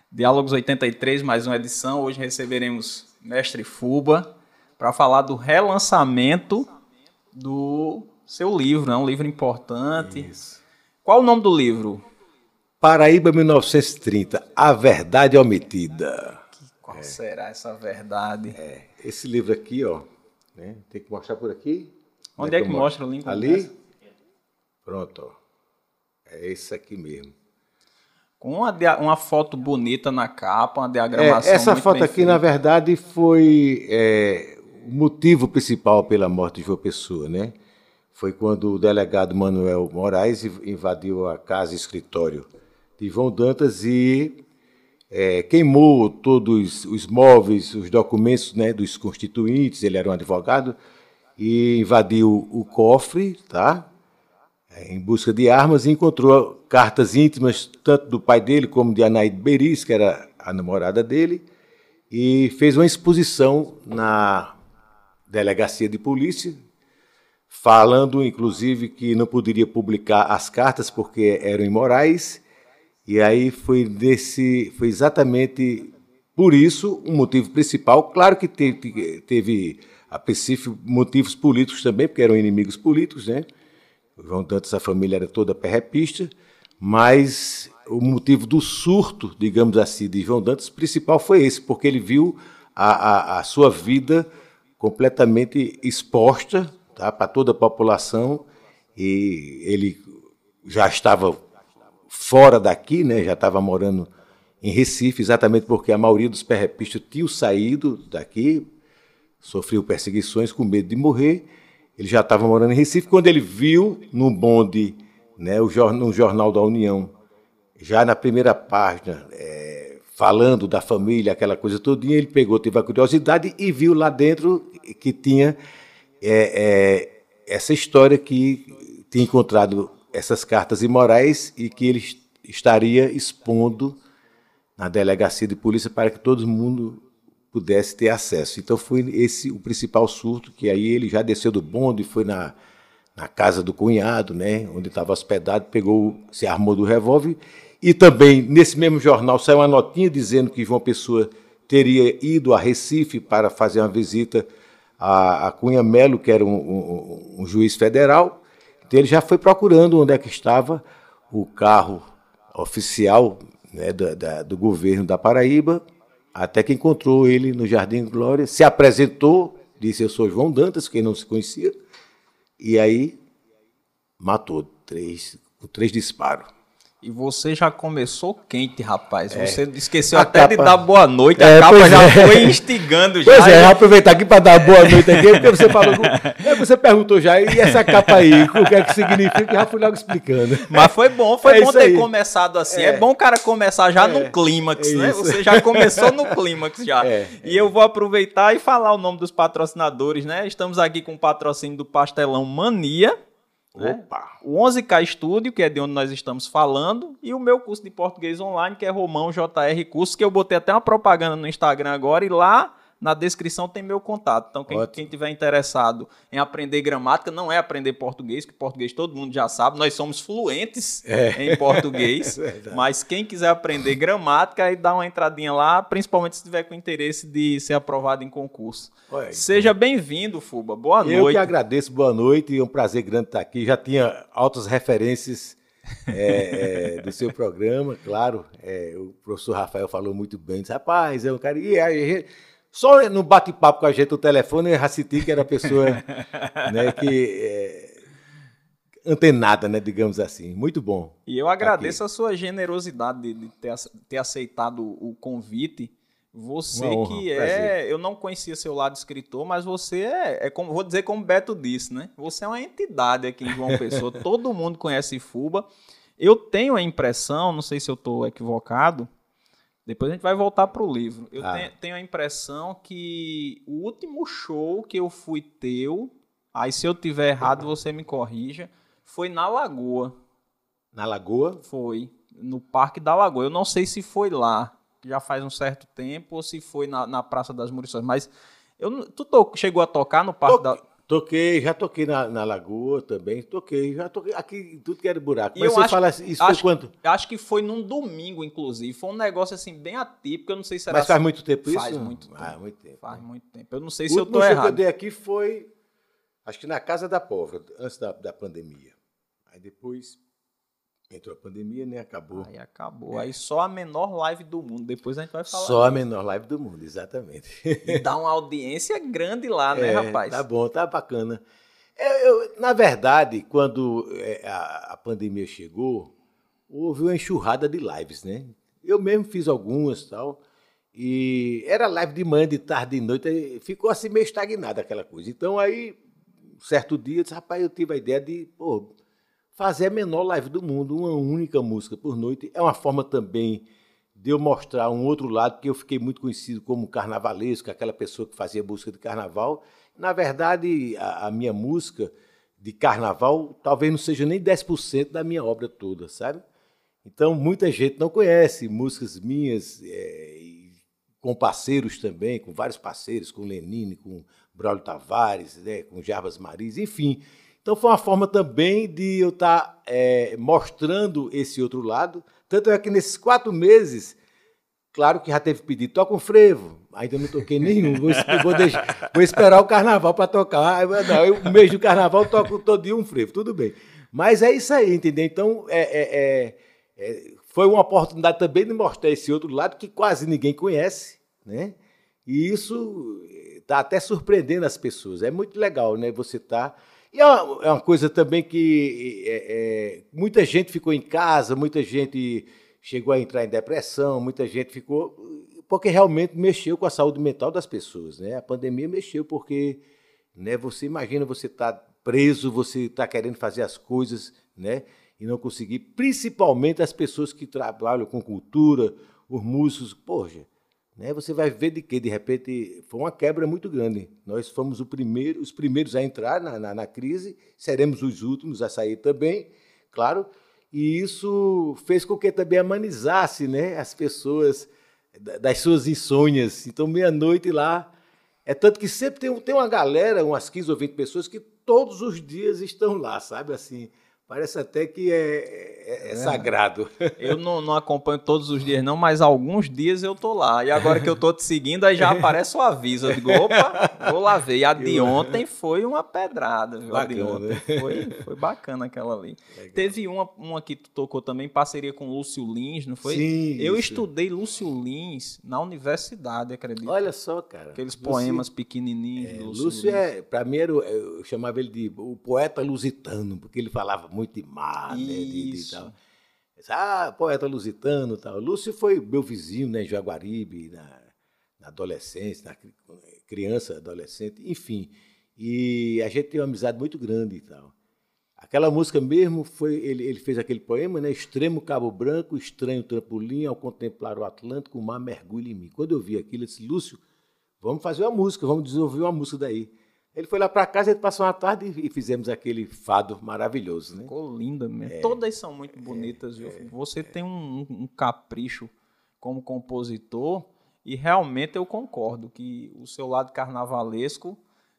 Diálogos 83, mais uma edição. Hoje receberemos Mestre Fuba para falar do relançamento do seu livro, né? Um livro importante. Isso. Qual o nome do livro? Paraíba 1930, A Verdade Omitida. Qual será essa verdade? Esse livro aqui, ó, né? Tem que mostrar por aqui. Onde é que mostra o link? Ali? Pronto, ó. É esse aqui mesmo. Com uma foto bonita na capa, uma diagramação essa muito foto bem aqui, feita. na verdade, foi o motivo principal pela morte de João Pessoa, né? Foi quando o delegado Manuel Moraes invadiu a casa e escritório de João Dantas e queimou todos os móveis, os documentos, né, dos constituintes. Ele era um advogado e invadiu o cofre, tá? Em busca de armas, e encontrou cartas íntimas, tanto do pai dele como de Anaíde Beris, que era a namorada dele, e fez uma exposição na delegacia de polícia, falando, inclusive, que não poderia publicar as cartas porque eram imorais, e aí foi exatamente por isso um motivo principal. Claro que teve a princípio, motivos políticos também, porque eram inimigos políticos, né? O João Dantas, a família era toda perrepista, mas o motivo do surto, digamos assim, de João Dantas, principal foi esse, porque ele viu a sua vida completamente exposta, tá, para toda a população, e ele já estava fora daqui, né, já estava morando em Recife, exatamente porque a maioria dos perrepistas tinham saído daqui, sofreu perseguições com medo de morrer. Ele já estava morando em Recife, quando ele viu no bonde, né, no Jornal da União, já na primeira página, falando da família, aquela coisa todinha, ele teve a curiosidade e viu lá dentro que tinha essa história, que tinha encontrado essas cartas imorais e que ele estaria expondo na delegacia de polícia para que todo mundo pudesse ter acesso. Então foi esse o principal surto, que aí ele já desceu do bonde, foi na casa do cunhado, né, onde estava hospedado, se armou do revólver, e também nesse mesmo jornal saiu uma notinha dizendo que João Pessoa teria ido a Recife para fazer uma visita a Cunha Melo, que era um juiz federal. Então ele já foi procurando onde é que estava o carro oficial, né, do governo da Paraíba, até que encontrou ele no Jardim Glória, se apresentou, disse: eu sou João Dantas, quem não se conhecia, e aí matou com 3 disparos. E você já começou quente, rapaz. Você esqueceu A até capa... de dar boa noite. A capa já foi instigando. Pois já. Vou aproveitar aqui para dar boa noite aqui, porque você falou, você perguntou já, e essa capa aí, o que é que significa? Já fui logo explicando. Mas foi bom ter começado assim. É bom o cara começar já no clímax, né? Você já começou no clímax já. E eu vou aproveitar e falar o nome dos patrocinadores, né? Estamos aqui com o patrocínio do Pastelão Mania, né? O 11K Studio, que é de onde nós estamos falando, e o meu curso de português online, que é Romão JR Cursos, que eu botei até uma propaganda no Instagram agora, e lá na descrição tem meu contato. Então, quem tiver interessado em aprender gramática, não é aprender português, que português todo mundo já sabe, nós somos fluentes em português, mas quem quiser aprender gramática, aí dá uma entradinha lá, principalmente se tiver com interesse de ser aprovado em concurso. Seja bem-vindo, Fuba. Boa noite. Eu que agradeço, boa noite, é um prazer grande estar aqui. Já tinha altas referências do seu programa, claro. O professor Rafael falou muito bem, disse: rapaz, é um cara... Só no bate-papo com a gente no telefone, eu já senti que era a pessoa, né, antenada, né, digamos assim. Muito bom. E eu agradeço a sua generosidade de ter aceitado o convite. Você uma honra, que prazer. Eu não conhecia seu lado escritor, mas você como, vou dizer como Beto disse, né? Você é uma entidade aqui em João Pessoa. Todo mundo conhece Fuba. Eu tenho a impressão, não sei se eu estou equivocado, depois a gente vai voltar para o livro. Eu tenho a impressão que o último show que eu fui teu, aí se eu tiver errado você me corrija, foi na Lagoa. Na Lagoa? Foi, no Parque da Lagoa. Eu não sei se foi lá, já faz um certo tempo, ou se foi na Praça das Murições, mas tu chegou a tocar no Parque da... Já toquei na Lagoa também, já toquei aqui em tudo que era buraco. Mas você fala, isso foi quando? Acho que foi num domingo, inclusive. Foi um negócio assim bem atípico, eu não sei se era. Mas faz muito tempo isso? Faz muito tempo. Muito tempo. Faz muito tempo. Eu não sei se eu tô errado. O último que eu dei aqui foi, acho que na Casa da Pólvora, antes da pandemia. Aí depois entrou a pandemia, né? Acabou. Aí acabou. Aí só a menor live do mundo. Depois a gente vai falar. Só a menor live do mundo, exatamente. E dá uma audiência grande lá, né, rapaz? Tá bom, tá bacana. Na verdade, quando a pandemia chegou, houve uma enxurrada de lives, né? Eu mesmo fiz algumas e tal. E era live de manhã, de tarde, de noite. Ficou assim meio estagnada aquela coisa. Então aí, certo dia, eu disse, rapaz, eu tive a ideia de fazer a menor live do mundo, uma única música por noite. É uma forma também de eu mostrar um outro lado, porque eu fiquei muito conhecido como carnavalesco, aquela pessoa que fazia música de carnaval. Na verdade, a minha música de carnaval talvez não seja nem 10% da minha obra toda, sabe? Então, muita gente não conhece músicas minhas, com parceiros também, com vários parceiros, com Lenine, com Braulio Tavares, né, com Jarbas Maris, enfim. Então, foi uma forma também de eu estar mostrando esse outro lado. Tanto é que nesses 4 meses, claro que já teve pedido, toca um frevo. Ainda não toquei nenhum. Vou esperar o carnaval para tocar. Não, o mês do carnaval eu toco todo dia um frevo, tudo bem. Mas é isso aí, entendeu? Então, foi uma oportunidade também de mostrar esse outro lado que quase ninguém conhece, né? E isso está até surpreendendo as pessoas. É muito legal, né? Você tá... E é uma coisa também que muita gente ficou em casa, muita gente chegou a entrar em depressão, muita gente ficou... Porque realmente mexeu com a saúde mental das pessoas, né? A pandemia mexeu porque, né, você imagina, você está preso, você está querendo fazer as coisas, né, e não conseguir, principalmente as pessoas que trabalham com cultura, os músicos, poxa, né, você vai ver de quê? De repente, foi uma quebra muito grande. Nós fomos os primeiros a entrar na crise, seremos os últimos a sair também, claro, e isso fez com que também amenizasse, né, as pessoas das suas insônias. Então, meia-noite lá, tanto que sempre tem uma galera, umas 15 ou 20 pessoas que todos os dias estão lá, sabe, assim... Parece até que é sagrado. Eu não acompanho todos os dias, não, mas alguns dias eu tô lá. E agora que eu tô te seguindo, aí já aparece o aviso. Eu digo, opa, vou lá ver. E a de ontem foi uma pedrada, viu? Bacana, a de ontem foi bacana aquela ali. Legal. Teve uma que tu tocou também, em parceria com Lúcio Lins, não foi? Sim. Eu estudei Lúcio Lins na universidade, acredito. Olha só, cara. Aqueles poemas pequenininhos. Lúcio para mim, eu chamava ele de o poeta lusitano, porque ele falava muito de mar, né, de tal. Poeta lusitano e tal. Lúcio foi meu vizinho, né, em Jaguaribe, na adolescência, na criança, adolescente, enfim. E a gente tem uma amizade muito grande e tal. Aquela música mesmo ele fez aquele poema, né, Extremo Cabo Branco, estranho trampolim, ao contemplar o Atlântico, o mar mergulha em mim. Quando eu vi aquilo, eu disse, Lúcio, vamos fazer uma música, vamos desenvolver uma música daí. Ele foi lá para casa, ele passou uma tarde e fizemos aquele fado maravilhoso, né? Ficou linda mesmo. Todas são muito bonitas, viu? Você tem um capricho como compositor e realmente eu concordo que o seu lado carnavalesco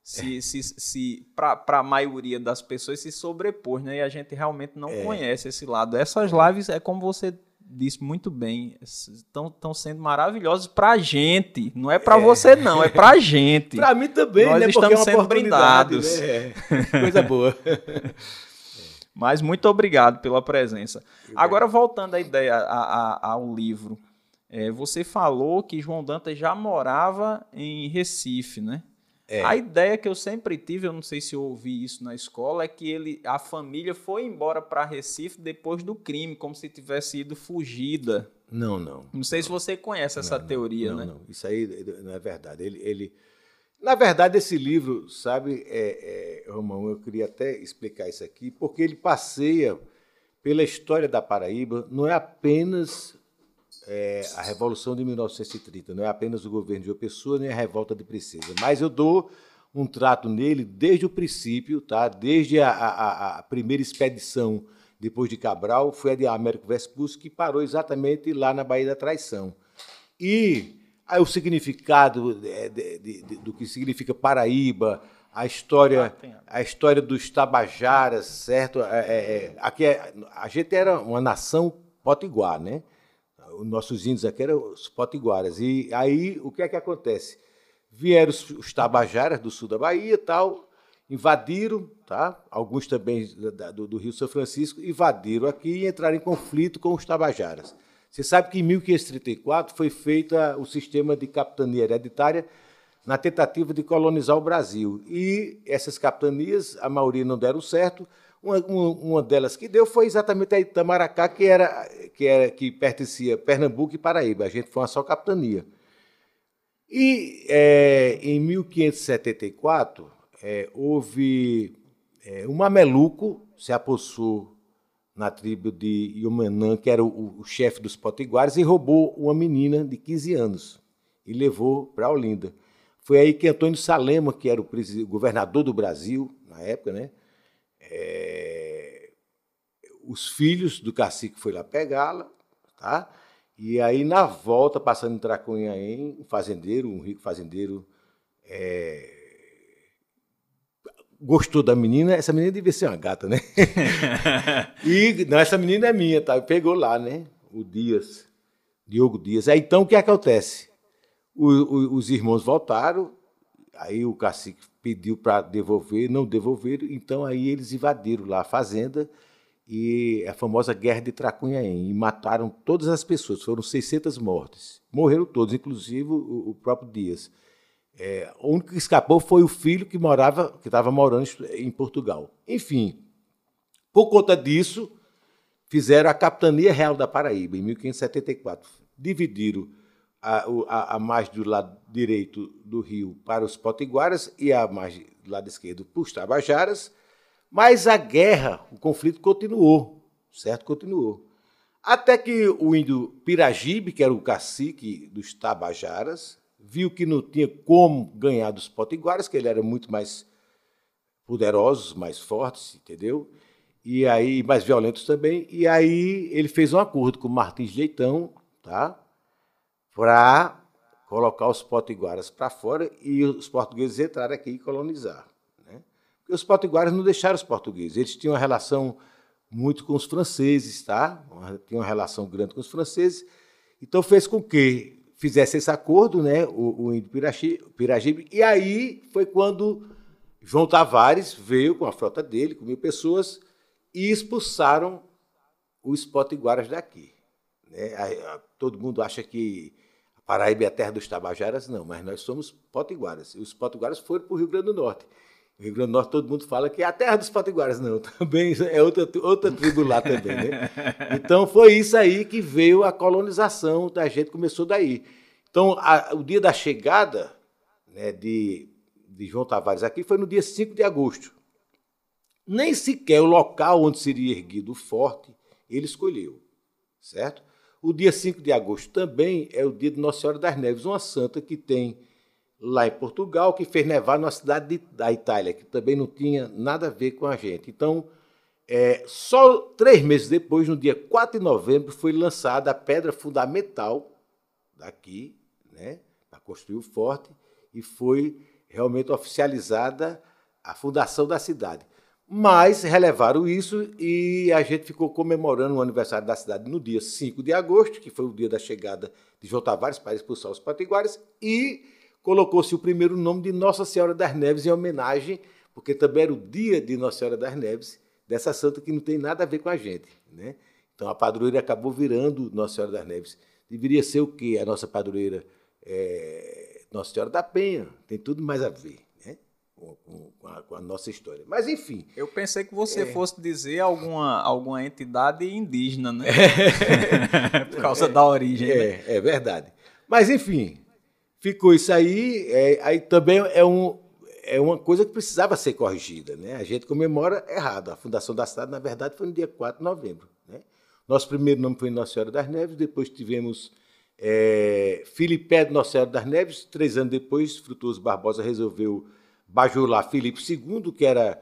para a maioria das pessoas se sobrepôs, né? E a gente realmente não conhece esse lado. Essas lives, como você disse muito bem, estão sendo maravilhosos pra gente. Não é pra você, não, é pra gente. Pra mim também, nós né? estamos sendo brindados. Né? Coisa boa. Mas muito obrigado pela presença. Agora, voltando à ideia, ao livro, você falou que João Dantas já morava em Recife, né? A ideia que eu sempre tive, eu não sei se eu ouvi isso na escola, é que a família foi embora para Recife depois do crime, como se tivesse ido fugida. Não. Não sei se você conhece essa teoria, né? Não, isso aí não é verdade. Na verdade, esse livro, sabe, Romão, eu queria até explicar isso aqui, porque ele passeia pela história da Paraíba, não é apenas... a Revolução de 1930, não é apenas o governo de João Pessoa, nem a Revolta de Princesa, mas eu dou um trato nele desde o princípio, tá? Desde a primeira expedição depois de Cabral, foi a de Américo Vespucci, que parou exatamente lá na Baía da Traição. E aí, o significado do que significa Paraíba, a história dos Tabajaras, certo? Aqui a gente era uma nação potiguar, né? Os nossos índios aqui eram os potiguaras. E aí, o que é que acontece? Vieram os Tabajaras do sul da Bahia e tal, invadiram, tá? Alguns também do Rio São Francisco, invadiram aqui e entraram em conflito com os Tabajaras. Você sabe que em 1534 foi feito o sistema de capitania hereditária na tentativa de colonizar o Brasil. E essas capitanias, a maioria não deram certo. Uma delas que deu foi exatamente a Itamaracá, que pertencia a Pernambuco e Paraíba. A gente foi uma só capitania. E em 1574, houve um mameluco se apossou na tribo de Iomanã, que era o chefe dos potiguares, e roubou uma menina de 15 anos e levou para Olinda. Foi aí que Antônio Salema, que era o governador do Brasil, na época, né? Os filhos do cacique foram lá pegá-la, tá? E aí, na volta, passando em Tracunhaém, um rico fazendeiro, gostou da menina. Essa menina devia ser uma gata, né? E não, essa menina é minha, tá? Pegou lá, né? O Diogo Dias. Aí, então, o que acontece? Os irmãos voltaram, aí o cacique pediu para devolver, não devolveram, então aí eles invadiram lá a fazenda e a famosa Guerra de Tracunhaém, e mataram todas as pessoas, foram 600 mortes. Morreram todos, inclusive o próprio Dias. O único que escapou foi o filho que estava morando em Portugal. Enfim, por conta disso, fizeram a Capitania Real da Paraíba, em 1574. Dividiram a margem do lado direito do rio para os potiguaras e a margem do lado esquerdo para os tabajaras, mas a guerra, o conflito continuou, certo? Continuou. Até que o índio Piragibe, que era o cacique dos tabajaras, viu que não tinha como ganhar dos potiguaras, que ele era muito mais poderosos, mais fortes, entendeu? E aí, mais violentos também. E aí ele fez um acordo com Martins de Leitão, tá? Para colocar os potiguaras para fora e os portugueses entrarem aqui e colonizar, né? Porque os potiguaras não deixaram os portugueses. Eles tinham uma relação muito com os franceses, tá? Tinham uma relação grande com os franceses. Então fez com que fizesse esse acordo, né? O índio Piragibe. E aí foi quando João Tavares veio com a frota dele, com 1000 pessoas, e expulsaram os potiguaras daqui, né? Todo mundo acha que a Paraíba é a terra dos tabajaras, não, mas nós somos potiguaras. E os potiguaras foram para o Rio Grande do Norte. O Rio Grande do Norte todo mundo fala que é a terra dos potiguaras, não, também é outra tribo lá também, né? Então foi isso aí que veio a colonização da gente, começou daí. Então o dia da chegada, né, de João Tavares aqui foi no dia 5 de agosto. Nem sequer o local onde seria erguido o forte ele escolheu, certo? O dia 5 de agosto também é o dia de Nossa Senhora das Neves, uma santa que tem lá em Portugal, que fez nevar numa cidade da Itália, que também não tinha nada a ver com a gente. Então, só 3 meses depois, no dia 4 de novembro, foi lançada a pedra fundamental daqui, né, para construir o forte, e foi realmente oficializada a fundação da cidade. Mas relevaram isso e a gente ficou comemorando o aniversário da cidade no dia 5 de agosto, que foi o dia da chegada de João Tavares para expulsar os potiguares, e colocou-se o primeiro nome de Nossa Senhora das Neves em homenagem, porque também era o dia de Nossa Senhora das Neves, dessa santa que não tem nada a ver com a gente, né? Então a padroeira acabou virando Nossa Senhora das Neves. Deveria ser o quê? A nossa padroeira Nossa Senhora da Penha, tem tudo mais a ver com a nossa história. Mas, enfim... Eu pensei que você fosse dizer alguma entidade indígena, né? Por causa da origem. Né? É verdade. Mas, enfim, ficou isso aí. Aí também é uma coisa que precisava ser corrigida, né? A gente comemora errado. A fundação da cidade, na verdade, foi no dia 4 de novembro. Né? Nosso primeiro nome foi Nossa Senhora das Neves, depois tivemos Filipé de Nossa Senhora das Neves. 3 anos depois, Frutuoso Barbosa resolveu bajular Filipe II, que era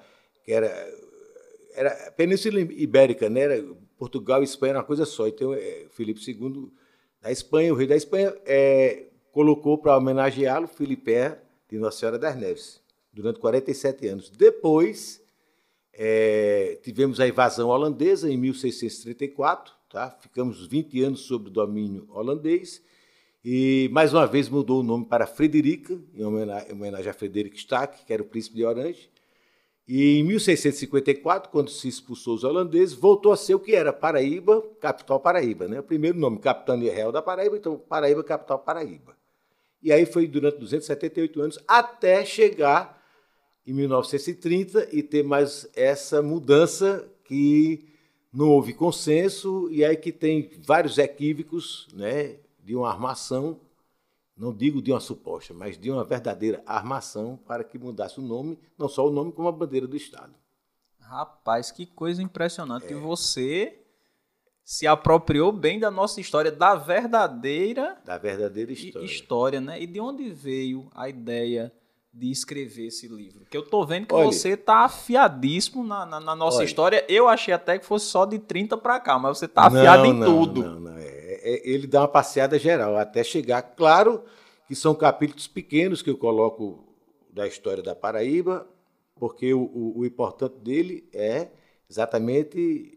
Península Ibérica, né? Era Portugal e Espanha era uma coisa só. Então, Filipe II da Espanha, o rei da Espanha, colocou para homenageá-lo Filipé de Nossa Senhora das Neves. durante 47 anos. Depois, tivemos a invasão holandesa em 1634, tá? Ficamos 20 anos sob o domínio holandês, e mais uma vez mudou o nome para Frederica, em homenagem a Frederic Stark, que era o príncipe de Orange. E em 1654, quando se expulsou os holandeses, voltou a ser o que era Paraíba, capital Paraíba, né? O primeiro nome, Capitania Real da Paraíba, então Paraíba, capital Paraíba. E aí foi durante 278 anos, até chegar em 1930 e ter mais essa mudança que não houve consenso, e aí que tem vários equívocos, né, de uma armação, não digo de uma suposta, mas de uma verdadeira armação para que mudasse o nome, não só o nome, como a bandeira do Estado. Rapaz, que coisa impressionante. E você se apropriou bem da nossa história, da verdadeira história, né? E de onde veio a ideia de escrever esse livro? Porque eu tô vendo que você tá afiadíssimo na nossa história. Eu achei até que fosse só de 30 para cá, mas você tá afiado em tudo. Não. Ele dá uma passeada geral, até chegar. Claro que são capítulos pequenos que eu coloco da história da Paraíba, porque o importante dele é exatamente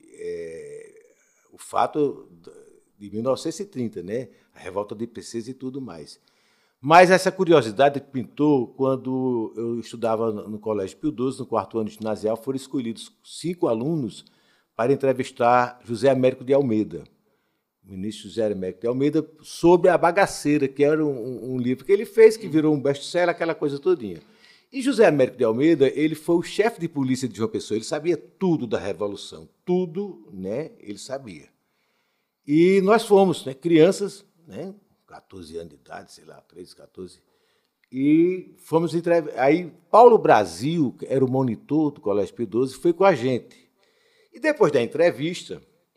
o fato de 1930, né? A revolta de Precisa e tudo mais. Mas essa curiosidade pintou quando eu estudava no Colégio Pio XII, no 4º ano ginasial, foram escolhidos 5 alunos para entrevistar José Américo de Almeida, o ministro José Américo de Almeida, sobre A Bagaceira, que era um livro que ele fez, que virou um best-seller, aquela coisa todinha. E José Américo de Almeida, ele foi o chefe de polícia de João Pessoa, ele sabia tudo da Revolução, tudo, né, ele sabia. E nós fomos, né, crianças, né, 14 anos de idade, sei lá, 13, 14, e fomos entrevistar. Aí Paulo Brasil, que era o monitor do Colégio Pio XII, foi com a gente. E depois da entrevista,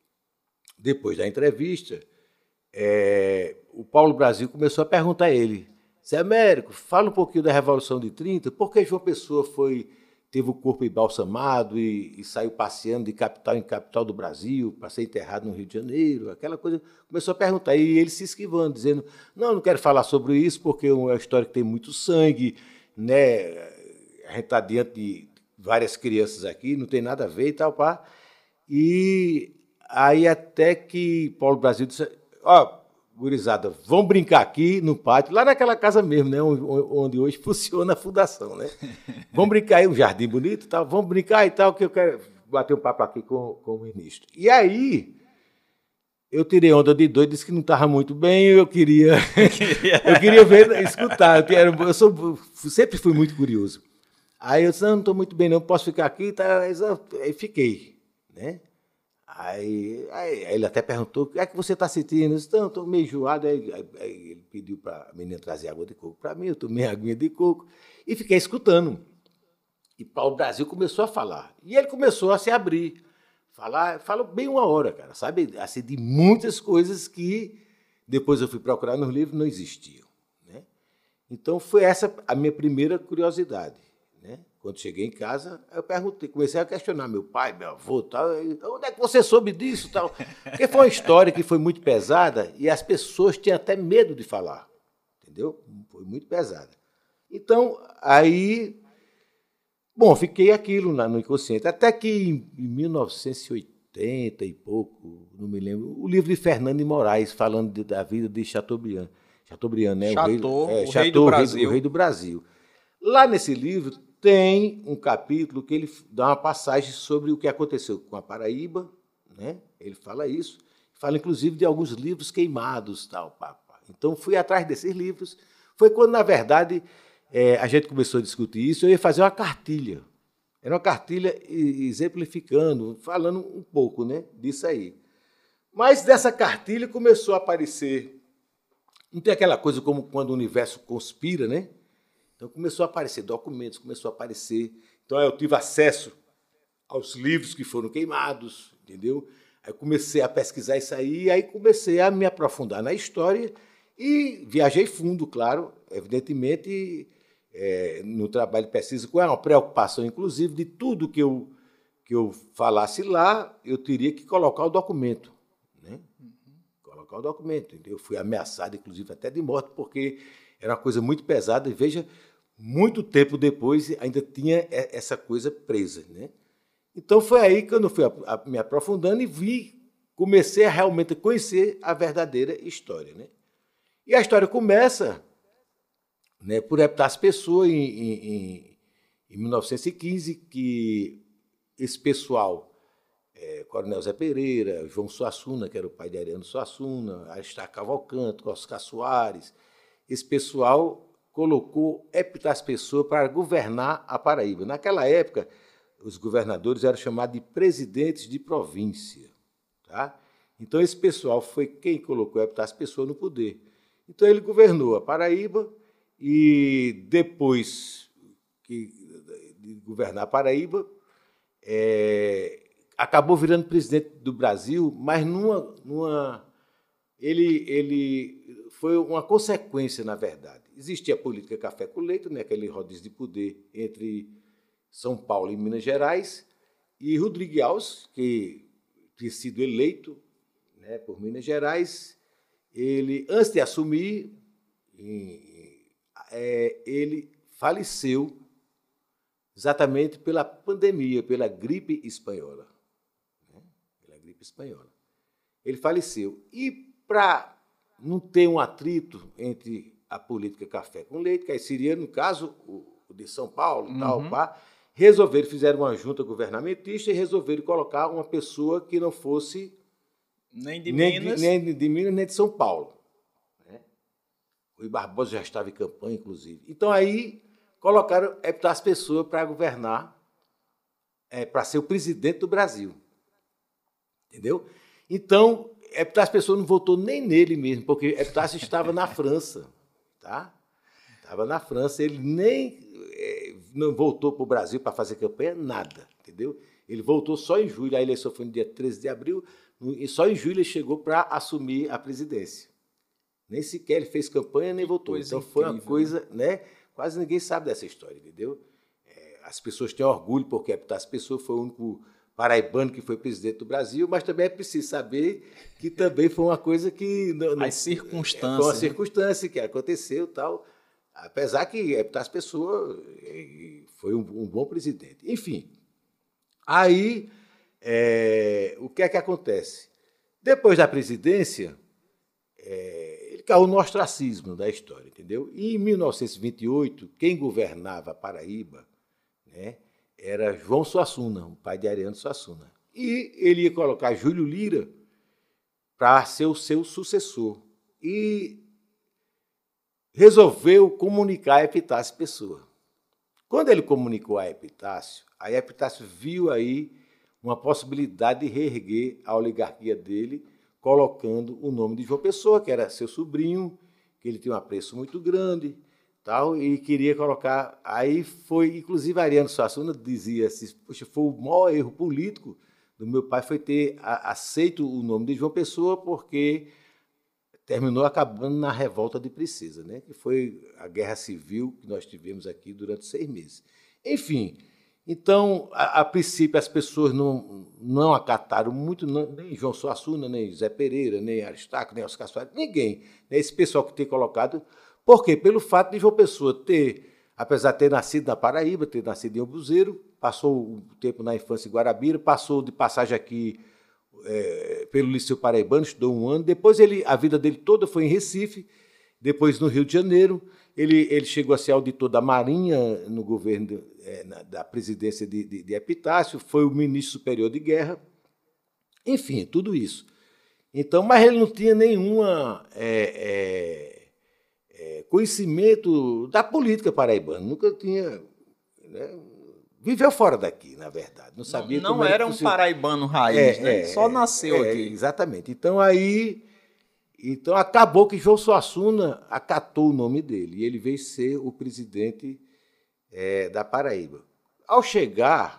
o Paulo Brasil começou a perguntar a ele: Zé Américo, fala um pouquinho da Revolução de 30, por que João Pessoa teve o corpo embalsamado e saiu passeando de capital em capital do Brasil para ser enterrado no Rio de Janeiro, aquela coisa. Começou a perguntar, e ele se esquivando, dizendo: não quero falar sobre isso, porque é uma história que tem muito sangue, né? A gente está diante de várias crianças aqui, não tem nada a ver e tal, pá. E aí até que Paulo Brasil disse: gurizada, vamos brincar aqui no pátio, lá naquela casa mesmo, né, onde hoje funciona a fundação, né? Vamos brincar aí, um jardim bonito, tal, vamos brincar e tal, que eu quero bater um papo aqui com o ministro. E aí eu tirei onda de doido, disse que não estava muito bem, eu queria ver, escutar, eu sempre fui muito curioso. Aí eu disse: não estou muito bem não, posso ficar aqui, tá? Aí fiquei, né? Aí ele até perguntou: o que é que você está sentindo? Eu disse: não, estou meio enjoado. Aí ele pediu para a menina trazer água de coco para mim, eu tomei aguinha de coco e fiquei escutando. E Paulo Brasil começou a falar. E ele começou a se abrir. Falou bem 1 hora, cara, sabe? Assim, de muitas coisas que depois eu fui procurar nos livros, não existiam, né? Então foi essa a minha primeira curiosidade, né? Quando cheguei em casa, eu comecei a questionar meu pai, meu avô, tal. Onde é que você soube disso, tal? Porque foi uma história que foi muito pesada e as pessoas tinham até medo de falar, entendeu? Foi muito pesada. Então, aí, fiquei aquilo no inconsciente. Até que em 1980 e pouco, não me lembro, o livro de Fernando de Moraes, falando da vida de Chateaubriand, né? O rei do Brasil. O rei do Brasil. Lá nesse livro tem um capítulo que ele dá uma passagem sobre o que aconteceu com a Paraíba, né? Ele fala isso, fala inclusive de alguns livros queimados, tal, papa. Então fui atrás desses livros. Foi quando, na verdade, a gente começou a discutir isso. Eu ia fazer uma cartilha. Era uma cartilha exemplificando, falando um pouco, né, disso aí. Mas dessa cartilha começou a aparecer. Não tem aquela coisa como quando o universo conspira, né? Então começou a aparecer documentos, começou a aparecer. Então eu tive acesso aos livros que foram queimados, entendeu? Aí comecei a pesquisar isso aí, aí comecei a me aprofundar na história e viajei fundo, claro, evidentemente, no trabalho de pesquisa, com uma preocupação, inclusive, de tudo que eu falasse lá, eu teria que colocar o documento, né? Colocar o documento, entendeu? Eu fui ameaçado, inclusive, até de morte, porque era uma coisa muito pesada. E veja muito tempo depois, ainda tinha essa coisa presa, né? Então, foi aí que eu fui me aprofundando e comecei a realmente conhecer a verdadeira história, né? E a história começa, né, por Epitácio Pessoa, em 1915, que esse pessoal, Coronel Zé Pereira, João Suassuna, que era o pai de Ariano Suassuna, Aristarco Cavalcante, Oscar Soares, esse pessoal colocou Epitácio Pessoa para governar a Paraíba. Naquela época, os governadores eram chamados de presidentes de província. Tá? Então, esse pessoal foi quem colocou Epitácio Pessoa no poder. Então, ele governou a Paraíba e, depois de governar a Paraíba, acabou virando presidente do Brasil, mas ele foi uma consequência, na verdade. Existia a política café com leite, né, aquele rodízio de poder entre São Paulo e Minas Gerais, e Rodrigues Alves, que tinha sido eleito, né, por Minas Gerais, ele, antes de assumir, ele faleceu exatamente pela pandemia, pela gripe espanhola. Né? Pela gripe espanhola. Ele faleceu. E para não ter um atrito entre a política café com leite, que aí seria, no caso, o de São Paulo, fizeram uma junta governamentista e resolveram colocar uma pessoa que não fosse nem de Minas, nem de São Paulo. Né? O Rui Barbosa já estava em campanha, inclusive. Então, aí colocaram Epitácio Pessoa para governar, para ser o presidente do Brasil. Entendeu? Então, Epitácio Pessoa não votou nem nele mesmo, porque Epitácio estava na França. Tá? Estava na França, ele nem não voltou para o Brasil para fazer campanha, nada. Entendeu? Ele voltou só em julho, a eleição foi no dia 13 de abril, e só em julho ele chegou para assumir a presidência. Nem sequer ele fez campanha, nem votou. Então, foi uma coisa, né? Quase ninguém sabe dessa história, entendeu? As pessoas têm orgulho porque Epitácio Pessoa foi o único paraibano que foi presidente do Brasil, mas também é preciso saber que também foi uma coisa que... As circunstâncias. Foi uma circunstância que aconteceu, tal, apesar que Epitácio Pessoa foi um bom presidente. Enfim, aí o que é que acontece? Depois da presidência, ele caiu no ostracismo da história, entendeu? E em 1928, quem governava a Paraíba, né, era João Suassuna, o pai de Ariano Suassuna. E ele ia colocar Júlio Lira para ser o seu sucessor. E resolveu comunicar a Epitácio Pessoa. Quando ele comunicou a Epitácio viu aí uma possibilidade de reerguer a oligarquia dele, colocando o nome de João Pessoa, que era seu sobrinho, que ele tinha um apreço muito grande, tal, e queria colocar... Aí foi, inclusive, Ariano Suassuna dizia assim, poxa, foi o maior erro político do meu pai foi ter aceito o nome de João Pessoa, porque terminou acabando na revolta de Princesa, né? Que foi a guerra civil que nós tivemos aqui durante 6 meses. Enfim, então, a princípio, as pessoas não acataram muito, nem João Suassuna, nem Zé Pereira, nem Aristarco, nem Oscar Soares, ninguém. Né? Esse pessoal que tem colocado... Por quê? Pelo fato de João Pessoa ter, apesar de ter nascido na Paraíba, ter nascido em Umbuzeiro, passou um tempo na infância em Guarabira, passou de passagem aqui pelo Liceu Paraibano, estudou 1 ano, depois a vida dele toda foi em Recife, depois no Rio de Janeiro, ele chegou a ser auditor da Marinha no governo da presidência de Epitácio, foi o ministro superior de guerra, enfim, tudo isso. Então, mas ele não tinha nenhuma conhecimento da política paraibana, nunca tinha... Né, viveu fora daqui, na verdade. Não sabia não era um paraibano raiz, né? Só nasceu aqui. Exatamente. Então, acabou que João Suassuna acatou o nome dele e ele veio ser o presidente da Paraíba. Ao chegar,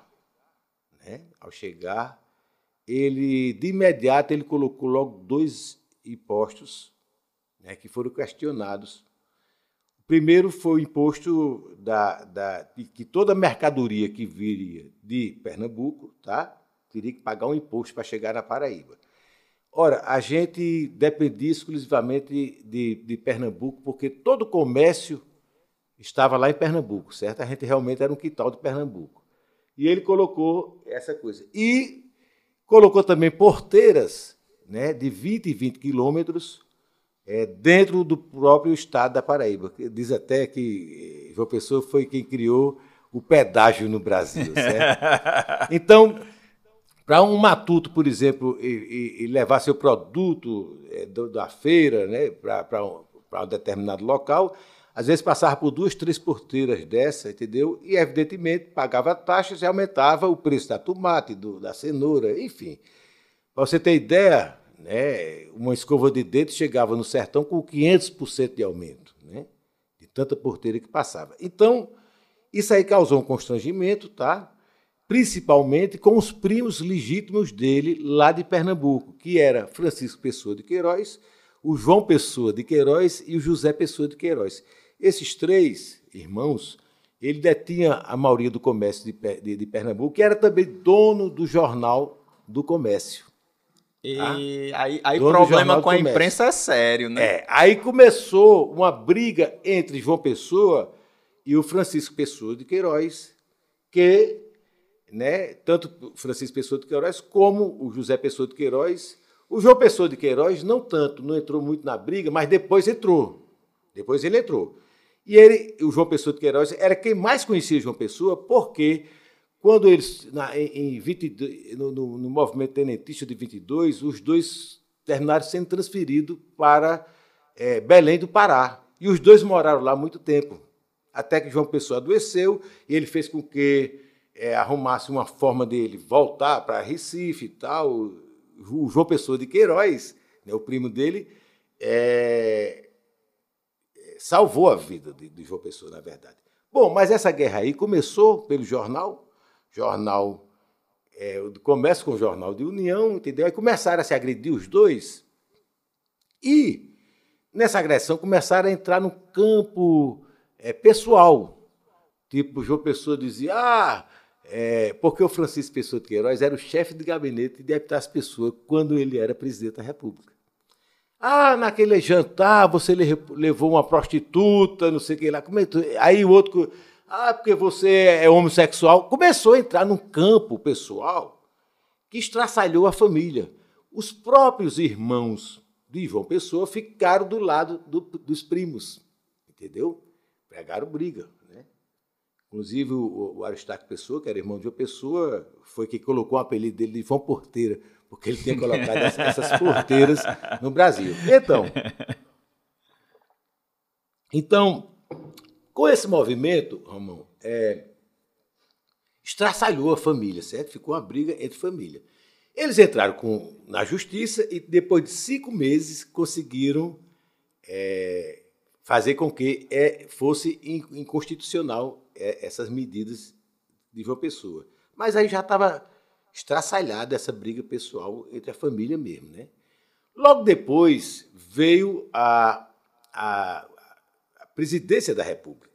ele, de imediato, ele colocou logo 2 impostos, né, que foram questionados. O primeiro foi o imposto de que toda mercadoria que viria de Pernambuco, tá, teria que pagar um imposto para chegar na Paraíba. Ora, a gente dependia exclusivamente de Pernambuco, porque todo o comércio estava lá em Pernambuco, certo? A gente realmente era um quintal de Pernambuco. E ele colocou essa coisa. E colocou também porteiras, né, de 20 e 20 quilômetros dentro do próprio estado da Paraíba. Diz até que João Pessoa foi quem criou o pedágio no Brasil, certo? Então, para um matuto, por exemplo, e levar seu produto da feira, né, para um determinado local, às vezes passava por 2, 3 porteiras dessa, entendeu? E, evidentemente, pagava taxas e aumentava o preço da tomate, da cenoura, enfim. Para você ter ideia, né, uma escova de dente chegava no sertão com 500% de aumento, né, de tanta porteira que passava. Então, isso aí causou um constrangimento, tá? Principalmente com os primos legítimos dele lá de Pernambuco, que era Francisco Pessoa de Queiroz, o João Pessoa de Queiroz e o José Pessoa de Queiroz. Esses 3 irmãos, ele detinha a maioria do comércio de Pernambuco, que era também dono do Jornal do Comércio. E aí o problema com a imprensa é sério, né? Aí começou uma briga entre João Pessoa e o Francisco Pessoa de Queiroz, que, né, tanto Francisco Pessoa de Queiroz como o José Pessoa de Queiroz, o João Pessoa de Queiroz não entrou muito na briga, mas depois entrou. Depois ele entrou. E o João Pessoa de Queiroz era quem mais conhecia João Pessoa, porque quando eles, no movimento tenentista de 22, os dois terminaram sendo transferidos para Belém do Pará. E os dois moraram lá há muito tempo. Até que João Pessoa adoeceu e ele fez com que arrumasse uma forma dele voltar para Recife e tal. O João Pessoa de Queiroz, né, o primo dele, salvou a vida de João Pessoa, na verdade. Bom, mas essa guerra aí começou pelo jornal do comércio com o Jornal de União, entendeu? Aí começaram a se agredir os dois e, nessa agressão, começaram a entrar no campo pessoal. Tipo, João Pessoa dizia, porque o Francisco Pessoa de Queiroz era o chefe de gabinete de Epitácio Pessoa quando ele era presidente da República. Naquele jantar você levou uma prostituta, não sei o que lá. Aí o outro, porque você é homossexual. Começou a entrar num campo pessoal que estraçalhou a família. Os próprios irmãos de João Pessoa ficaram do lado dos primos, entendeu? Pegaram briga, né? Inclusive o Aristarco Pessoa, que era irmão de João Pessoa, foi quem colocou o apelido dele de João Porteira, porque ele tinha colocado essas porteiras no Brasil. Então, com esse movimento, Romão, estraçalhou a família, certo? Ficou uma briga entre família. Eles entraram na justiça e, depois de 5 meses, conseguiram fazer com que fosse inconstitucional essas medidas de João Pessoa. Mas aí já estava estraçalhada essa briga pessoal entre a família mesmo, né? Logo depois veio a presidência da República,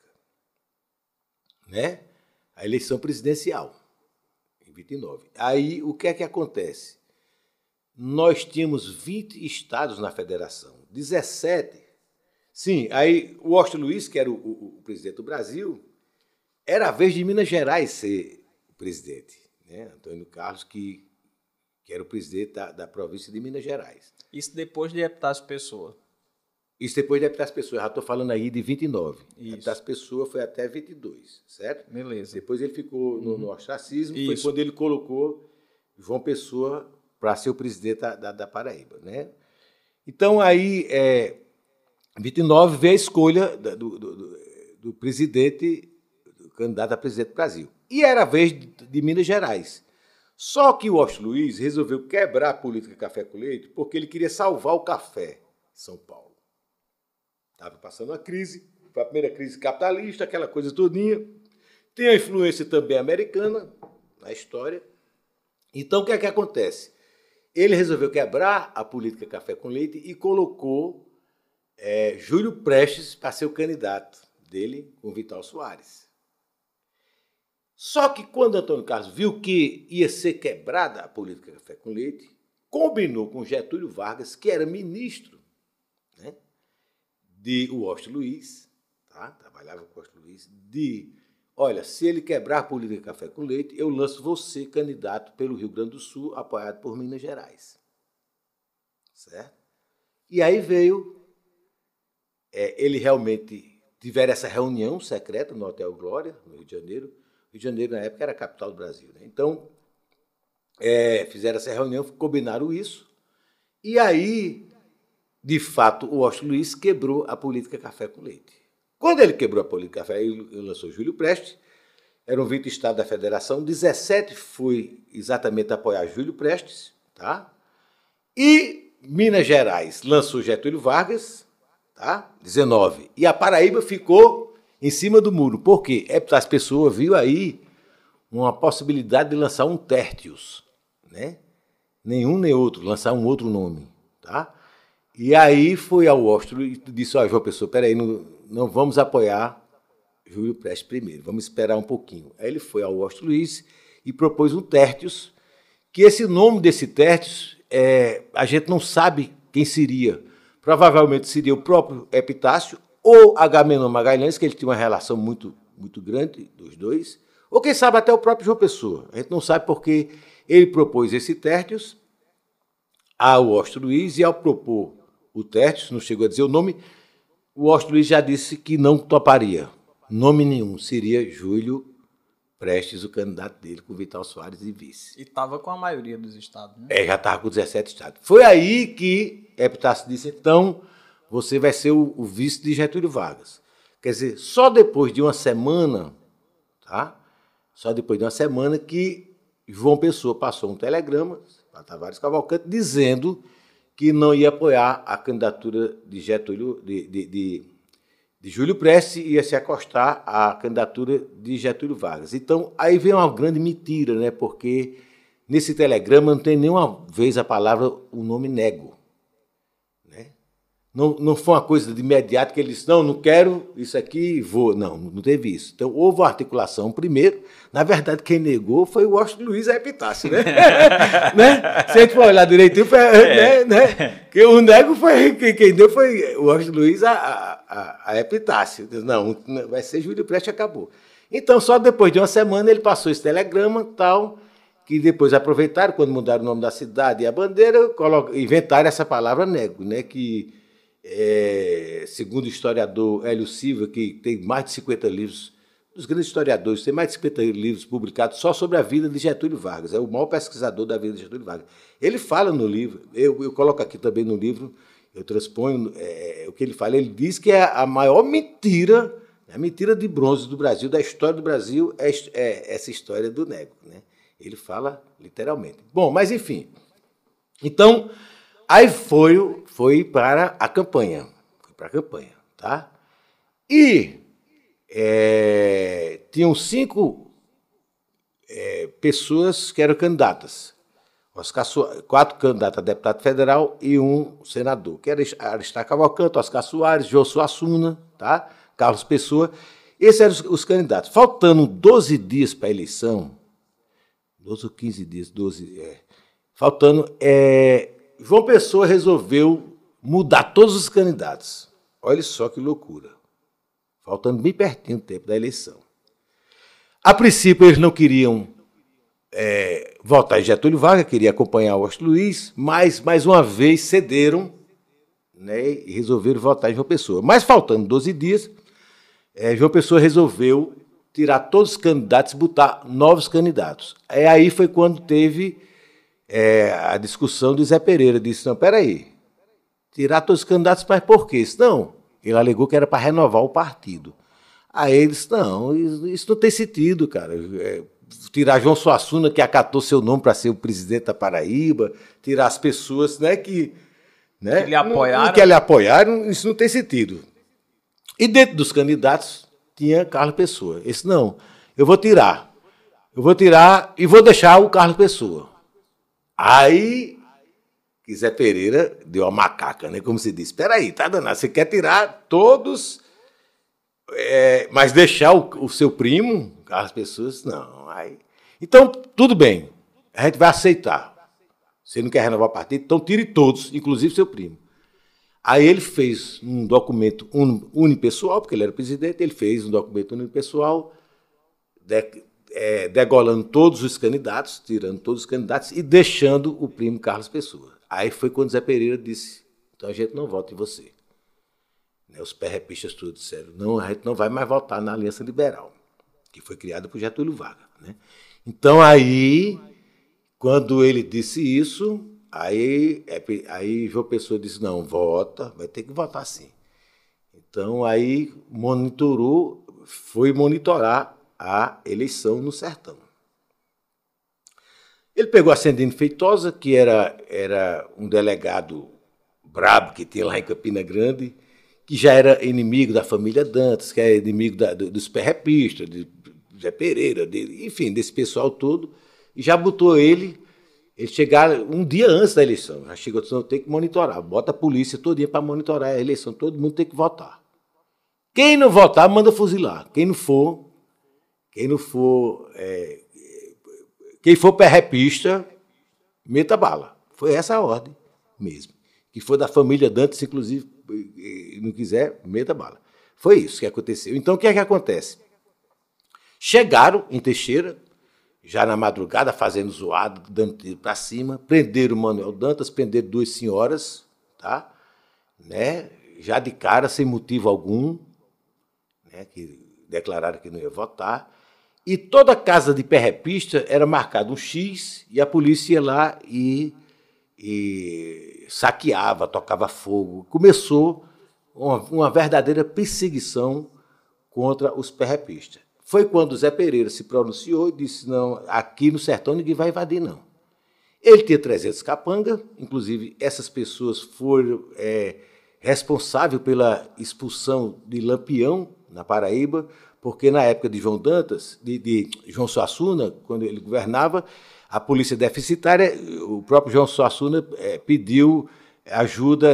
né? A eleição presidencial, em 29. Aí o que é que acontece? Nós tínhamos 20 estados na federação, 17. Sim, aí o Washington Luiz, que era o presidente do Brasil, era a vez de Minas Gerais ser o presidente. Antônio Carlos, que era o presidente da província de Minas Gerais. Isso depois de Epitácio Pessoa. Isso depois de Epitácio Pessoa. Eu já estou falando aí de 29. Epitácio Pessoa foi até 22, certo? Beleza. Depois ele ficou no ostracismo. Foi quando ele colocou João Pessoa para ser o presidente da Paraíba, né? Então, aí, em 29, veio a escolha do presidente, do candidato a presidente do Brasil. E era a vez de Minas Gerais. Só que o Washington Luiz resolveu quebrar a política café com leite porque ele queria salvar o café em São Paulo. Estava passando uma crise, foi a primeira crise capitalista, aquela coisa todinha. Tem a influência também americana na história. Então, o que é que acontece? Ele resolveu quebrar a política café com leite e colocou Júlio Prestes para ser o candidato dele com Vital Soares. Só que quando Antônio Carlos viu que ia ser quebrada a política café com leite, combinou com Getúlio Vargas, que era ministro, né, de Washington Luiz, tá? Trabalhava com o Washington Luiz, olha, se ele quebrar a política café com leite, eu lanço você candidato pelo Rio Grande do Sul, apoiado por Minas Gerais. Certo? E aí veio, ele realmente tiveram essa reunião secreta no Hotel Glória, no Rio de Janeiro. Rio de Janeiro, na época, era a capital do Brasil. Né? Então, fizeram essa reunião, combinaram isso, e aí, de fato, o Washington Luiz quebrou a política café com leite. Quando ele quebrou a política café, ele lançou Júlio Prestes, eram 20 estados da federação, 17 foi exatamente apoiar Júlio Prestes, tá? E Minas Gerais lançou Getúlio Vargas, tá? 19. E a Paraíba ficou em cima do muro. Por quê? As pessoas viram aí uma possibilidade de lançar um Tértios, né? Nenhum nem outro, lançar um outro nome, tá? E aí foi ao Washington e disse, João Pessoa, peraí, não vamos apoiar Júlio Prestes primeiro, vamos esperar um pouquinho. Aí ele foi ao Washington Luiz e propôs um Tértios, que esse nome desse Tértios, a gente não sabe quem seria. Provavelmente seria o próprio Epitácio ou Agamenon Magalhães, que ele tinha uma relação muito, muito grande dos dois, ou quem sabe até o próprio João Pessoa. A gente não sabe porque ele propôs esse Tértios ao Washington Luiz e ao propor o Tértios, não chegou a dizer o nome, o Washington Luiz já disse que não toparia. Nome nenhum, seria Júlio Prestes, o candidato dele, com Vital Soares e vice. E estava com a maioria dos estados, né? Já estava com 17 estados. Foi aí que Epitácio disse, então, você vai ser o vice de Getúlio Vargas. Quer dizer, só depois de uma semana, tá? Só depois de uma semana que João Pessoa passou um telegrama para Tavares Cavalcante dizendo que não ia apoiar a candidatura de Júlio Prestes e ia se acostar à candidatura de Getúlio Vargas. Então, aí vem uma grande mentira, né? Porque nesse telegrama não tem nenhuma vez a palavra, o nome nego. Né? Não foi uma coisa de imediato que ele disse, não quero isso aqui, vou. Não teve isso. Então, houve uma articulação primeiro. Na verdade, quem negou foi o Washington Luiz a Epitácio, né? Né? Se a gente for olhar direitinho, né? Que o nego foi, quem deu foi o Washington Luiz a Epitácio. Não, vai ser Júlio Prestes, acabou. Então, só depois de uma semana, ele passou esse telegrama, tal, que depois aproveitaram, quando mudaram o nome da cidade e a bandeira, inventaram essa palavra nego, né? Que, segundo o historiador Hélio Silva, que tem mais de 50 livros, dos grandes historiadores, tem mais de 50 livros publicados só sobre a vida de Getúlio Vargas, é o maior pesquisador da vida de Getúlio Vargas. Ele fala no livro, eu coloco aqui também no livro, eu transponho o que ele fala, ele diz que é a maior mentira, a mentira de bronze do Brasil, da história do Brasil, é essa história do nego, né? Ele fala literalmente. Bom, mas enfim, então, aí foi para a campanha, tá? E tinham 5 pessoas que eram candidatas. 4 candidatos a deputado federal e 1 senador, que era Aristarco Cavalcante, Oscar Soares, Jô Suassuna, tá? Carlos Pessoa. Esses eram os candidatos. Faltando 12 dias para a eleição, 12 ou 15 dias, 12, faltando, João Pessoa resolveu mudar todos os candidatos. Olha só que loucura. Faltando bem pertinho do tempo da eleição. A princípio, eles não queriam votar em Getúlio Vargas, queriam acompanhar o Washington Luiz, mas, mais uma vez, cederam, né, e resolveram votar em João Pessoa. Mas, faltando 12 dias, João Pessoa resolveu tirar todos os candidatos e botar novos candidatos. Aí foi quando teve a discussão do Zé Pereira. Disse, não, peraí, tirar todos os candidatos, mas por quê? Não, ele alegou que era para renovar o partido. Aí ele disse, não, isso não tem sentido, cara. Tirar João Suassuna, que acatou seu nome para ser o presidente da Paraíba, tirar as pessoas, né, que lhe apoiaram, isso não tem sentido. E dentro dos candidatos tinha Carlos Pessoa. Ele disse, não, eu vou tirar e vou deixar o Carlos Pessoa. Aí que Zé Pereira deu a macaca, né? Como se diz, espera aí, tá danado, você quer tirar todos, mas deixar o seu primo, Carlos Pessoa, não. Aí, então, tudo bem, a gente vai aceitar. Você não quer renovar o partido, então tire todos, inclusive seu primo. Aí ele fez um documento unipessoal, porque ele era presidente, ele fez um documento unipessoal, degolando todos os candidatos, tirando todos os candidatos e deixando o primo Carlos Pessoa. Aí foi quando Zé Pereira disse, então a gente não vota em você. Os perrepistas todos disseram, não, a gente não vai mais votar na Aliança Liberal, que foi criada por Getúlio Vargas. Né? Então aí, quando ele disse isso, aí João Pessoa disse, não, vota, vai ter que votar sim. Então aí foi monitorar a eleição no Sertão. Ele pegou a Ascendino Feitosa, que era um delegado brabo que tinha lá em Campina Grande, que já era inimigo da família Dantas, que é inimigo dos perrepistas, de Zé Pereira, enfim, desse pessoal todo, e já botou ele chegaram um dia antes da eleição, já chegou, tem que monitorar, bota a polícia todinha para monitorar a eleição, todo mundo tem que votar. Quem não votar, manda fuzilar. Quem for perrepista, meta bala. Foi essa a ordem mesmo. Que for da família Dantas, inclusive, não quiser, meta bala. Foi isso que aconteceu. Então, o que é que acontece? Chegaram em Teixeira, já na madrugada, fazendo zoado, dando tiro para cima, prenderam o Manuel Dantas, prenderam 2 senhoras, tá? Né? Já de cara, sem motivo algum, né? Que declararam que não ia votar. E toda casa de perrepista era marcado um X, e a polícia ia lá e saqueava, tocava fogo. Começou uma verdadeira perseguição contra os perrepistas. Foi quando o Zé Pereira se pronunciou e disse, não, aqui no Sertão ninguém vai invadir, não. Ele tinha 300 capangas, inclusive essas pessoas foram responsáveis pela expulsão de Lampião, na Paraíba, porque na época de João Dantas, de João Suassuna, quando ele governava, a polícia deficitária, o próprio João Suassuna pediu ajuda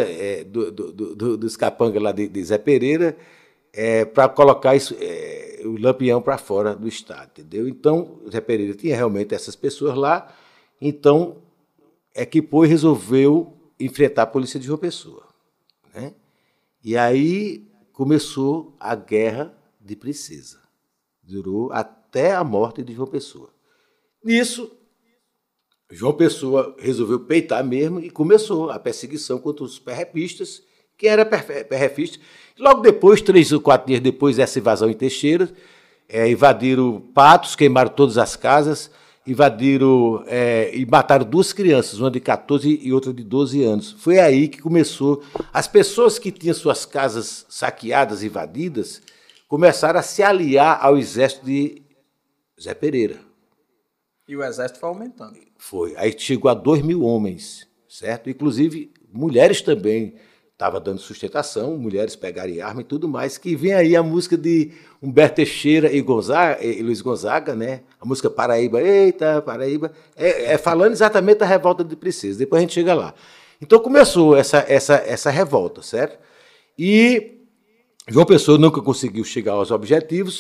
dos capangas lá de Zé Pereira para colocar o Lampião para fora do estado, entendeu? Então, Zé Pereira tinha realmente essas pessoas lá, então equipou e resolveu enfrentar a polícia de João Pessoa. Né? E aí começou a Guerra de Princesa. Durou até a morte de João Pessoa. Nisso, João Pessoa resolveu peitar mesmo e começou a perseguição contra os perrepistas, que era perrepista. Logo depois, 3 ou 4 dias depois dessa invasão em Teixeira, invadiram Patos, queimaram todas as casas, invadiram e mataram 2 crianças, uma de 14 e outra de 12 anos. Foi aí que começou. As pessoas que tinham suas casas saqueadas, invadidas, começaram a se aliar ao exército de Zé Pereira. E o exército foi aumentando. Foi. Aí chegou a 2.000 homens, certo? Inclusive, mulheres também estavam dando sustentação, mulheres pegarem arma e tudo mais, que vem aí a música de Humberto Teixeira e Luiz Gonzaga, né? A música Paraíba, eita, Paraíba, falando exatamente da revolta de Princesa. Depois a gente chega lá. Então começou essa revolta, certo? E João Pessoa nunca conseguiu chegar aos objetivos.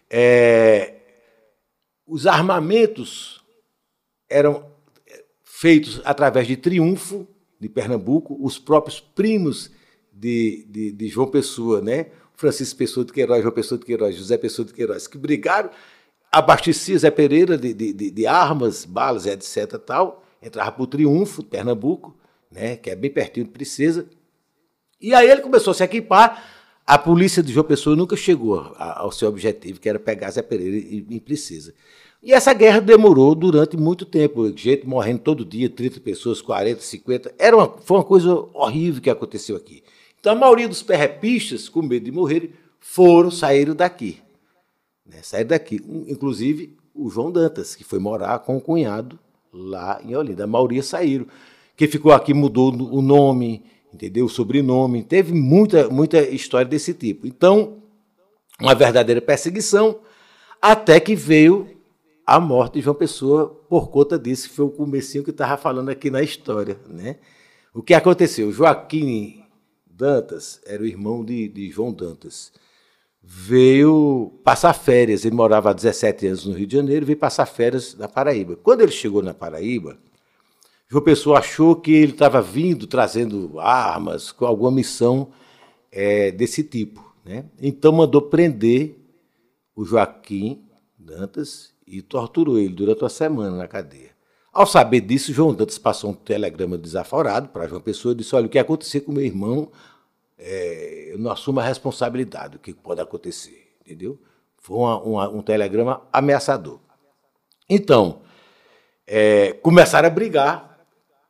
Os armamentos eram feitos através de Triunfo, de Pernambuco, os próprios primos de João Pessoa, né? Francisco Pessoa de Queiroz, João Pessoa de Queiroz, José Pessoa de Queiroz, que brigaram, abasteciam Zé Pereira de armas, balas, etc. Tal, entrava para o Triunfo, Pernambuco, né? Que é bem pertinho de Princesa. E aí ele começou a se equipar. A polícia de João Pessoa nunca chegou ao seu objetivo, que era pegar Zé Pereira em Princesa. E essa guerra demorou durante muito tempo, gente morrendo todo dia, 30 pessoas, 40, 50. Foi uma coisa horrível que aconteceu aqui. Então a maioria dos perrepistas, com medo de morrer, saíram daqui. Né? Saíram daqui. Inclusive o João Dantas, que foi morar com o cunhado lá em Olinda. A maioria saíram. Quem ficou aqui mudou o nome, entendeu? O sobrenome. Teve muita história desse tipo. Então, uma verdadeira perseguição, até que veio a morte de João Pessoa por conta disso, que foi o comecinho que eu estava falando aqui na história. Né? O que aconteceu? Joaquim Dantas era o irmão de João Dantas. Veio passar férias, ele morava há 17 anos no Rio de Janeiro, veio passar férias na Paraíba. Quando ele chegou na Paraíba, João Pessoa achou que ele estava vindo trazendo armas com alguma missão desse tipo, né? Então mandou prender o Joaquim Dantas e torturou ele durante uma semana na cadeia. Ao saber disso, João Dantas passou um telegrama desaforado para João Pessoa e disse: olha, o que aconteceu com meu irmão, eu não assumo a responsabilidade do que pode acontecer, entendeu? Foi um telegrama ameaçador. Então, começaram a brigar,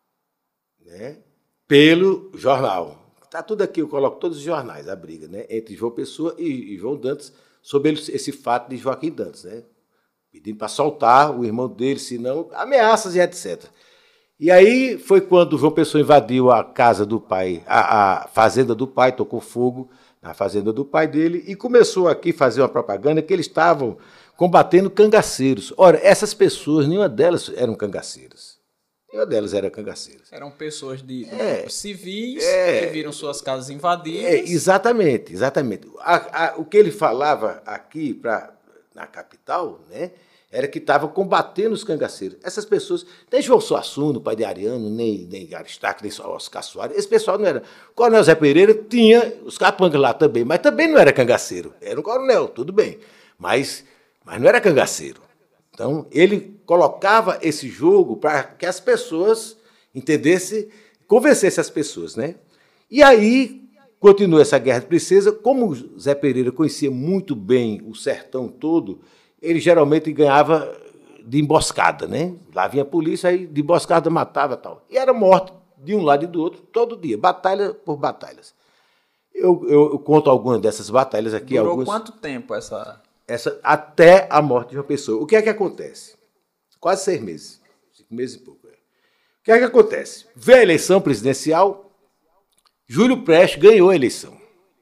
né, pelo jornal. Está tudo aqui, eu coloco todos os jornais, a briga, né, entre João Pessoa e João Dantas sobre esse fato de Joaquim Dantas, né, pedindo para soltar o irmão dele, senão ameaças e etc. E aí foi quando João Pessoa invadiu a casa do pai, a fazenda do pai, tocou fogo na fazenda do pai dele e começou aqui a fazer uma propaganda que eles estavam combatendo cangaceiros. Ora, essas pessoas, nenhuma delas eram cangaceiras. Nenhuma delas era cangaceira. Eram pessoas civis que viram suas casas invadidas. Exatamente, exatamente. O que ele falava aqui na capital, né, era que estava combatendo os cangaceiros. Essas pessoas, nem João Suassuna, pai de Ariano, nem Aristarco, nem Oscar Soares, esse pessoal não era. O coronel Zé Pereira tinha os capangas lá também, mas também não era cangaceiro. Era um coronel, tudo bem, mas não era cangaceiro. Então, ele colocava esse jogo para que as pessoas entendessem, convencessem as pessoas, né? E aí, continua essa guerra de princesa. Como Zé Pereira conhecia muito bem o sertão todo, ele geralmente ganhava de emboscada, né? Lá vinha a polícia, aí de emboscada matava e tal. E era morte de um lado e do outro, todo dia, batalha por batalhas. Eu conto algumas dessas batalhas aqui. Durou quanto tempo essa até a morte de uma pessoa. O que é que acontece? Quase 6 meses. 5 meses e pouco. O que é que acontece? Vê a eleição presidencial, Júlio Prestes ganhou a eleição.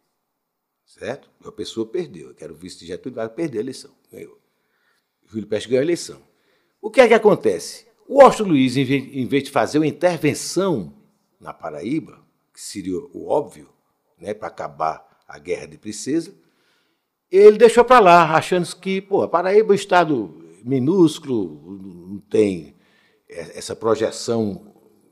Certo? Uma pessoa perdeu. Que era o vice de Getúlio Vargas, perdeu a eleição. Ganhou. Júlio Prestes ganhou a eleição. O que é que acontece? O Washington Luiz, em vez de fazer uma intervenção na Paraíba, que seria o óbvio, né, para acabar a guerra de princesa, ele deixou para lá, achando que a Paraíba é um estado minúsculo, não tem essa projeção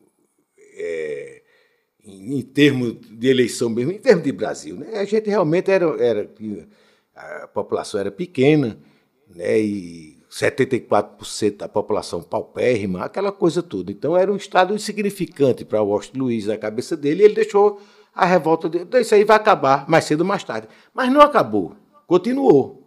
em termos de eleição mesmo, em termos de Brasil, né? A gente realmente a população era pequena, né? E 74% da população paupérrima, aquela coisa toda. Então era um estado insignificante para o Washington Luiz na cabeça dele, e ele deixou a revolta dele. Então, isso aí vai acabar mais cedo ou mais tarde. Mas não acabou. Continuou,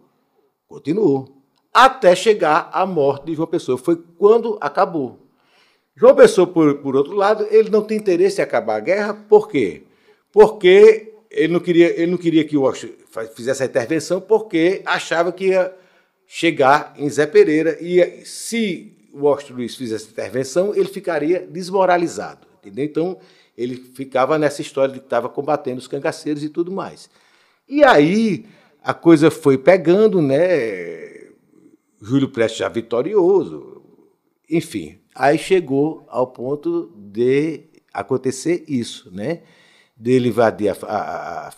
até chegar à morte de João Pessoa. Foi quando acabou. João Pessoa, por outro lado, ele não tem interesse em acabar a guerra. Por quê? Porque ele não queria que o Washington fizesse a intervenção, porque achava que ia chegar em Zé Pereira, e se o Washington Luiz fizesse a intervenção, ele ficaria desmoralizado. Entendeu? Então, ele ficava nessa história de que estava combatendo os cangaceiros e tudo mais. E aí a coisa foi pegando, né? Júlio Prestes já vitorioso, enfim. Aí chegou ao ponto de acontecer isso, né? Dele invadir a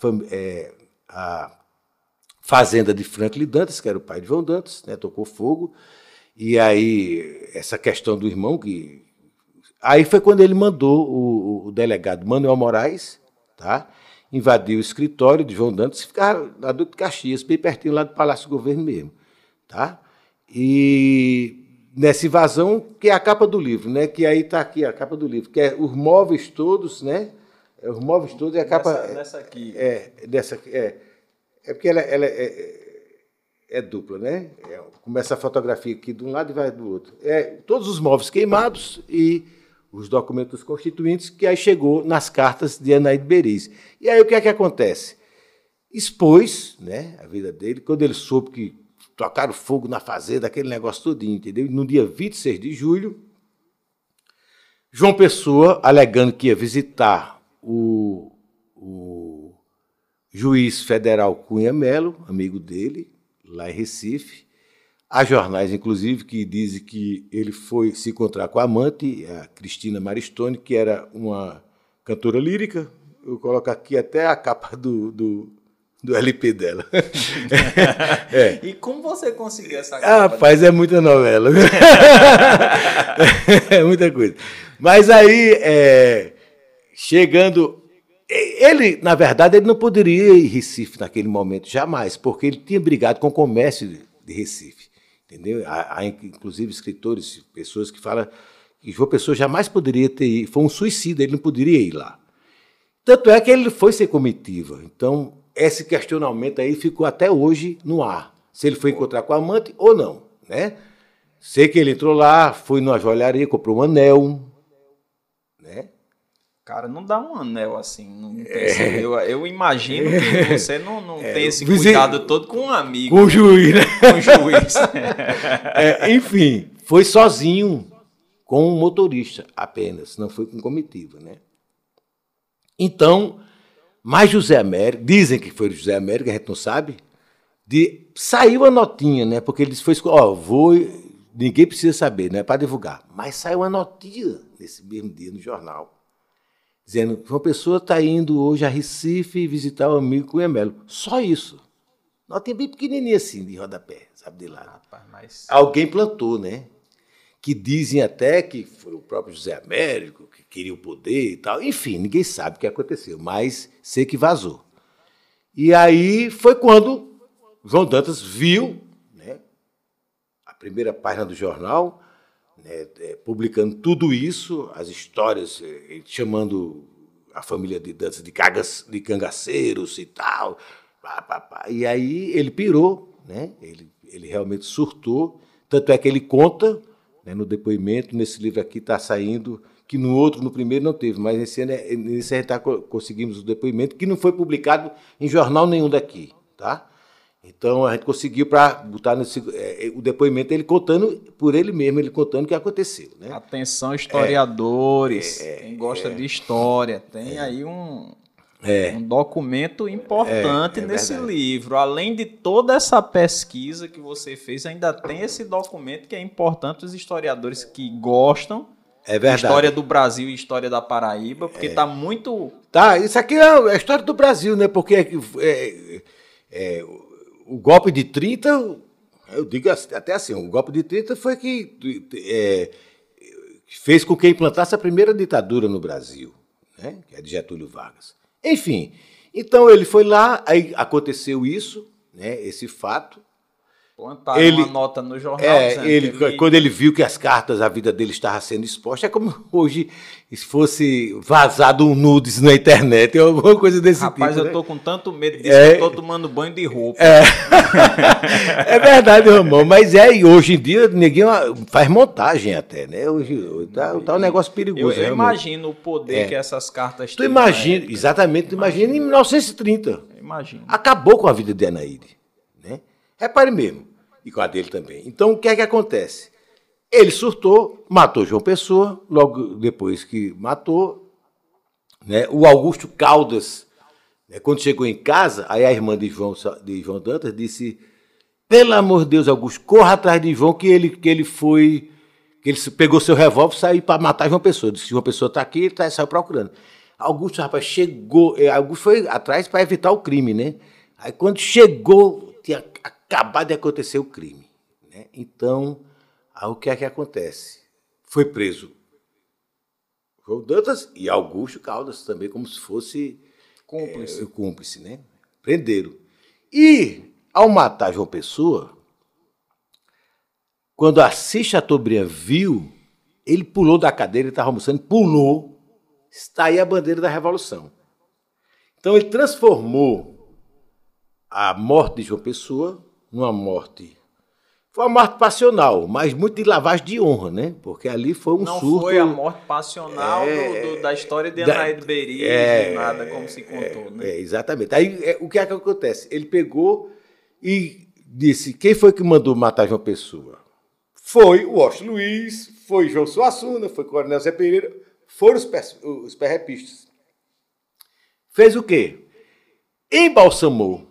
fazenda de Franklin Dantas, que era o pai de João Dantas, né? Tocou fogo. E aí, essa questão do irmão, aí foi quando ele mandou o delegado Manuel Moraes, tá? Invadiu o escritório de João Dantas e ficava na Duque de Caxias, bem pertinho lá do Palácio do Governo mesmo. Tá? E nessa invasão, que é a capa do livro, né? Que aí está aqui a capa do livro, que é os móveis todos, né? Os móveis todos e a capa. Nessa aqui. Dessa aqui. É porque ela é dupla, né? Começa a fotografia aqui de um lado e vai do outro. Todos os móveis queimados e os documentos constituintes, que aí chegou nas cartas de Anaíde Beriz. E aí o que é que acontece? Expôs, né, a vida dele, quando ele soube que tocaram fogo na fazenda, aquele negócio todinho, entendeu? No dia 26 de julho, João Pessoa, alegando que ia visitar o juiz federal Cunha Melo, amigo dele, lá em Recife. Há jornais, inclusive, que dizem que ele foi se encontrar com a amante, a Cristina Maristone, que era uma cantora lírica. Eu coloco aqui até a capa do do LP dela. E como você conseguiu essa capa? Rapaz, é muita novela. É muita coisa. Mas aí, chegando... Ele, na verdade, ele não poderia ir em Recife naquele momento, jamais, porque ele tinha brigado com o comércio de Recife. Entendeu? Há inclusive, escritores, pessoas que falam que João Pessoa jamais poderia ter ido. Foi um suicídio, ele não poderia ir lá. Tanto é que ele foi sem comitiva. Então, esse questionamento aí ficou até hoje no ar. Se ele foi encontrar com a amante ou não, né? Sei que ele entrou lá, foi numa joalharia, comprou um anel, né? Cara, não dá um anel assim. Não tem, eu imagino que você não tem esse cuidado todo com um amigo. Com o juiz, né? Com o juiz. Enfim, foi sozinho com um motorista apenas, não foi com comitiva, né? Então, mas José Américo, dizem que foi José Américo, a gente não sabe, saiu a notinha, né? Porque ele disse, ninguém precisa saber, não é para divulgar. Mas saiu uma notinha nesse mesmo dia no jornal, dizendo que uma pessoa está indo hoje a Recife visitar o amigo Cunha Melo. Só isso. Notinha bem pequenininha assim, de rodapé, sabe, de lá. Rapaz, mas... Alguém plantou, né? Que dizem até que foi o próprio José Américo que queria o poder e tal. Enfim, ninguém sabe o que aconteceu, mas sei que vazou. E aí foi quando João Dantas viu, né, a primeira página do jornal, né, publicando tudo isso, as histórias, chamando a família de Dantas de cangaceiros e tal. E aí ele pirou, né? Ele realmente surtou. Tanto é que ele conta, né, no depoimento, nesse livro aqui está saindo, que no primeiro não teve, mas nesse ano conseguimos o depoimento, que não foi publicado em jornal nenhum daqui, tá? Então a gente conseguiu para botar o depoimento, ele contando por ele mesmo, ele contando o que aconteceu, né? Atenção, historiadores, quem gosta de história, tem aí um documento importante nesse livro. Além de toda essa pesquisa que você fez, ainda tem esse documento que é importante os historiadores que gostam da história do Brasil e história da Paraíba, porque está muito... Tá, isso aqui é a história do Brasil, né? Porque o golpe de 30, eu digo até assim, o golpe de 30 foi que fez com que implantasse a primeira ditadura no Brasil, né? Que é de Getúlio Vargas. Enfim, então ele foi lá, aí aconteceu isso, né? Esse fato. Plantaram uma nota no jornal. Quando ele viu que as cartas, a vida dele estava sendo exposta, é como hoje se fosse vazado um nudes na internet, alguma coisa desse tipo. Rapaz, eu tô com tanto medo disso, eu tô tomando banho de roupa. É verdade, Ramon, mas e hoje em dia ninguém faz montagem até, né? Hoje tá um negócio perigoso. Eu imagino o poder que essas cartas têm. Exatamente, imagina em 1930. Imagino. Acabou com a vida de Anaíde, né? Repare mesmo, e com a dele também. Então, o que é que acontece? Ele surtou, matou João Pessoa, logo depois que matou, né, o Augusto Caldas, né, quando chegou em casa, aí a irmã de João Dantas disse, pelo amor de Deus, Augusto, corra atrás de João, que ele pegou seu revólver e saiu para matar João Pessoa. Disse, João Pessoa está aqui, ele saiu procurando. Augusto, rapaz, Augusto foi atrás para evitar o crime, né? Aí quando chegou, tinha acabado de acontecer o crime, né? Então, o que é que acontece? Foi preso João Dantas e Augusto Caldas também, como se fosse cúmplice, né? Prenderam. E, ao matar João Pessoa, quando Assis Chateaubriand viu, ele pulou da cadeira, ele estava almoçando, pulou, está aí a bandeira da Revolução. Então, ele transformou a morte de João Pessoa numa morte... Foi uma morte passional, mas muito de lavagem de honra, né? Porque ali foi um surto... Não foi a morte passional da história de Anaíde Berizzo, nada como se contou, né? Exatamente. Aí, o que é que acontece? Ele pegou e disse, quem foi que mandou matar João Pessoa? Foi o Washington Luiz, foi João Suassuna, foi Coronel Zé Pereira, foram os perrepistas. Fez o quê? Embalsamou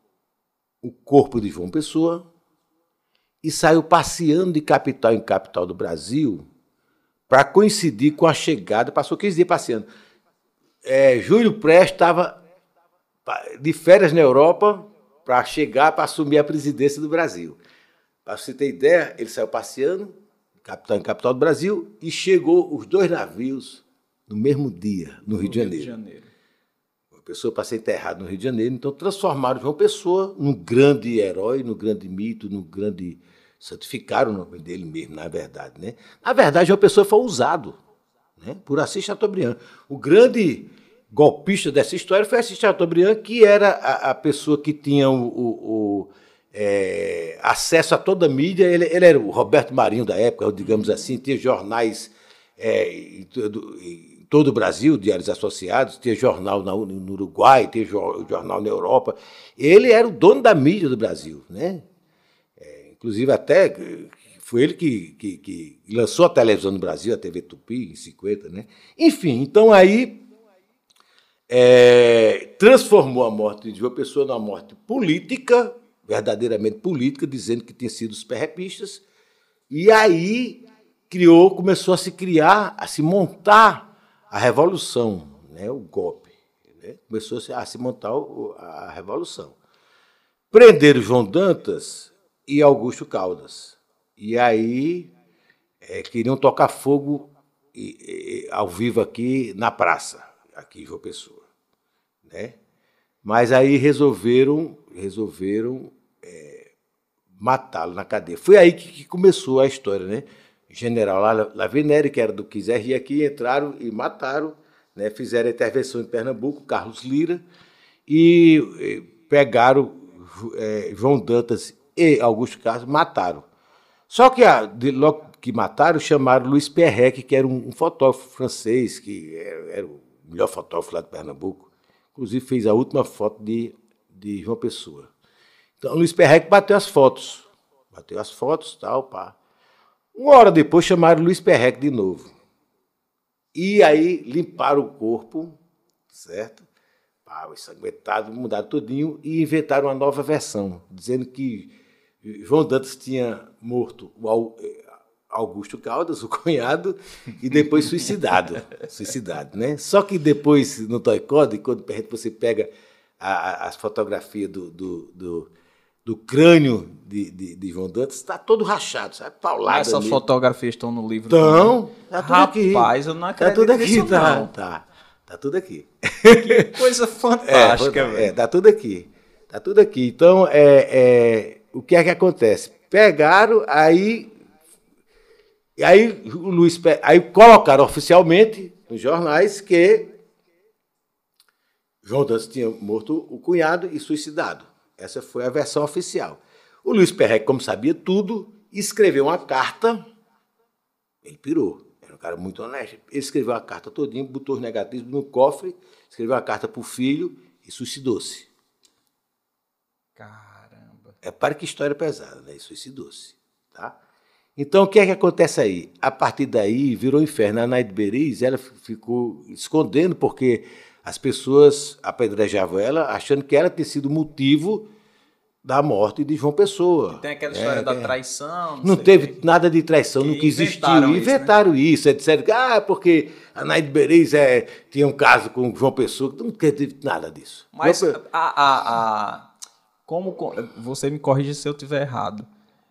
o corpo de João Pessoa e saiu passeando de capital em capital do Brasil para coincidir com a chegada, passou 15 dias passeando. Júlio Prestes estava de férias na Europa para chegar para assumir a presidência do Brasil. Para você ter ideia, ele saiu passeando, capital do Brasil, e chegou os 2 navios no mesmo dia, no Rio de Janeiro. Uma pessoa para ser enterrada no Rio de Janeiro, então transformaram João Pessoa num grande herói, num grande mito, num grande... santificaram o nome dele mesmo, na verdade. Né? Na verdade, João Pessoa foi usado, né, por Assis Chateaubriand. O grande golpista dessa história foi Assis Chateaubriand, que era a pessoa que tinha acesso a toda a mídia. Ele era o Roberto Marinho da época, digamos assim, tinha jornais em todo o Brasil, diários associados, tinha jornal no Uruguai, tinha jornal na Europa. Ele era o dono da mídia do Brasil, né? Inclusive até foi ele que lançou a televisão no Brasil, a TV Tupi, em 50, né? Enfim, então aí transformou a morte de João Pessoa numa morte política, verdadeiramente política, dizendo que tinha sido os perrepistas, e aí começou a se montar a revolução, né? O golpe, né? Começou a se montar a revolução. Prenderam João Dantas e Augusto Caldas. E aí queriam tocar fogo ao vivo aqui na praça, aqui em João Pessoa. Né? Mas aí resolveram matá-lo na cadeia. Foi aí que começou a história, né? O general Lavineri, que era do Quiser Rir aqui, entraram e mataram, né? Fizeram a intervenção em Pernambuco, Carlos Lira, e pegaram João Dantas e Augusto Carlos, mataram. Só que logo que mataram, chamaram Luiz Perrec, que era um fotógrafo francês, que era o melhor fotógrafo lá de Pernambuco. Inclusive fez a última foto de João Pessoa. Então, Luiz Perrec bateu as fotos, tal, pá. Uma hora depois, chamaram Luiz Perrec de novo. E aí limparam o corpo, certo? O ensanguentado, mudaram tudinho e inventaram uma nova versão, dizendo que João Dantas tinha morto o Augusto Caldas, o cunhado, e depois suicidado, né? Só que depois, no Toy-Code, quando você pega as fotografias do crânio de João Dantas, está todo rachado, sabe? Paulada. Essas fotografias estão no livro? Estão, tá tudo aqui. Rapaz, eu não acredito tudo aqui, nisso, não. Tá tudo aqui. Que coisa fantástica, velho. Tá tudo aqui. Tá tudo aqui. Então, o que é que acontece? Pegaram, aí colocaram oficialmente nos jornais que João Dantas tinha morto o cunhado e suicidado. Essa foi a versão oficial. O Luiz Perrec, como sabia tudo, escreveu uma carta. Ele pirou. Era um cara muito honesto. Ele escreveu a carta todinha, botou os negativos no cofre, escreveu a carta para o filho e suicidou-se. Caramba. Para que história pesada, né? E suicidou-se. Tá? Então, o que é que acontece aí? A partir daí, virou inferno. A Anaide Beriz, ela ficou escondendo, porque as pessoas apedrejavam ela, achando que ela tinha sido motivo da morte de João Pessoa. E tem aquela história da traição. Não teve nada de traição, nunca existiu. Inventaram isso, né? Disseram que porque a Anaide Beriz tinha um caso com João Pessoa. Não teve nada disso. Mas como você me corrige se eu estiver errado.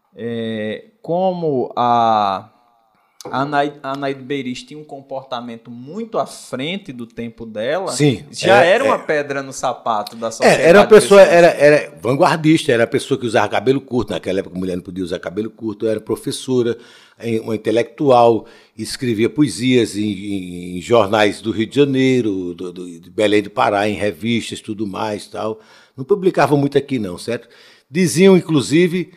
Como a Anaide Beriz tinha um comportamento muito à frente do tempo dela. Sim, era uma pedra no sapato da sociedade. Era uma pessoa, era vanguardista, era a pessoa que usava cabelo curto. Naquela época a mulher não podia usar cabelo curto, era professora, uma intelectual, escrevia poesias em jornais do Rio de Janeiro, de Belém do Pará, em revistas, tudo mais, tal. Não publicavam muito aqui não, certo? Diziam, inclusive,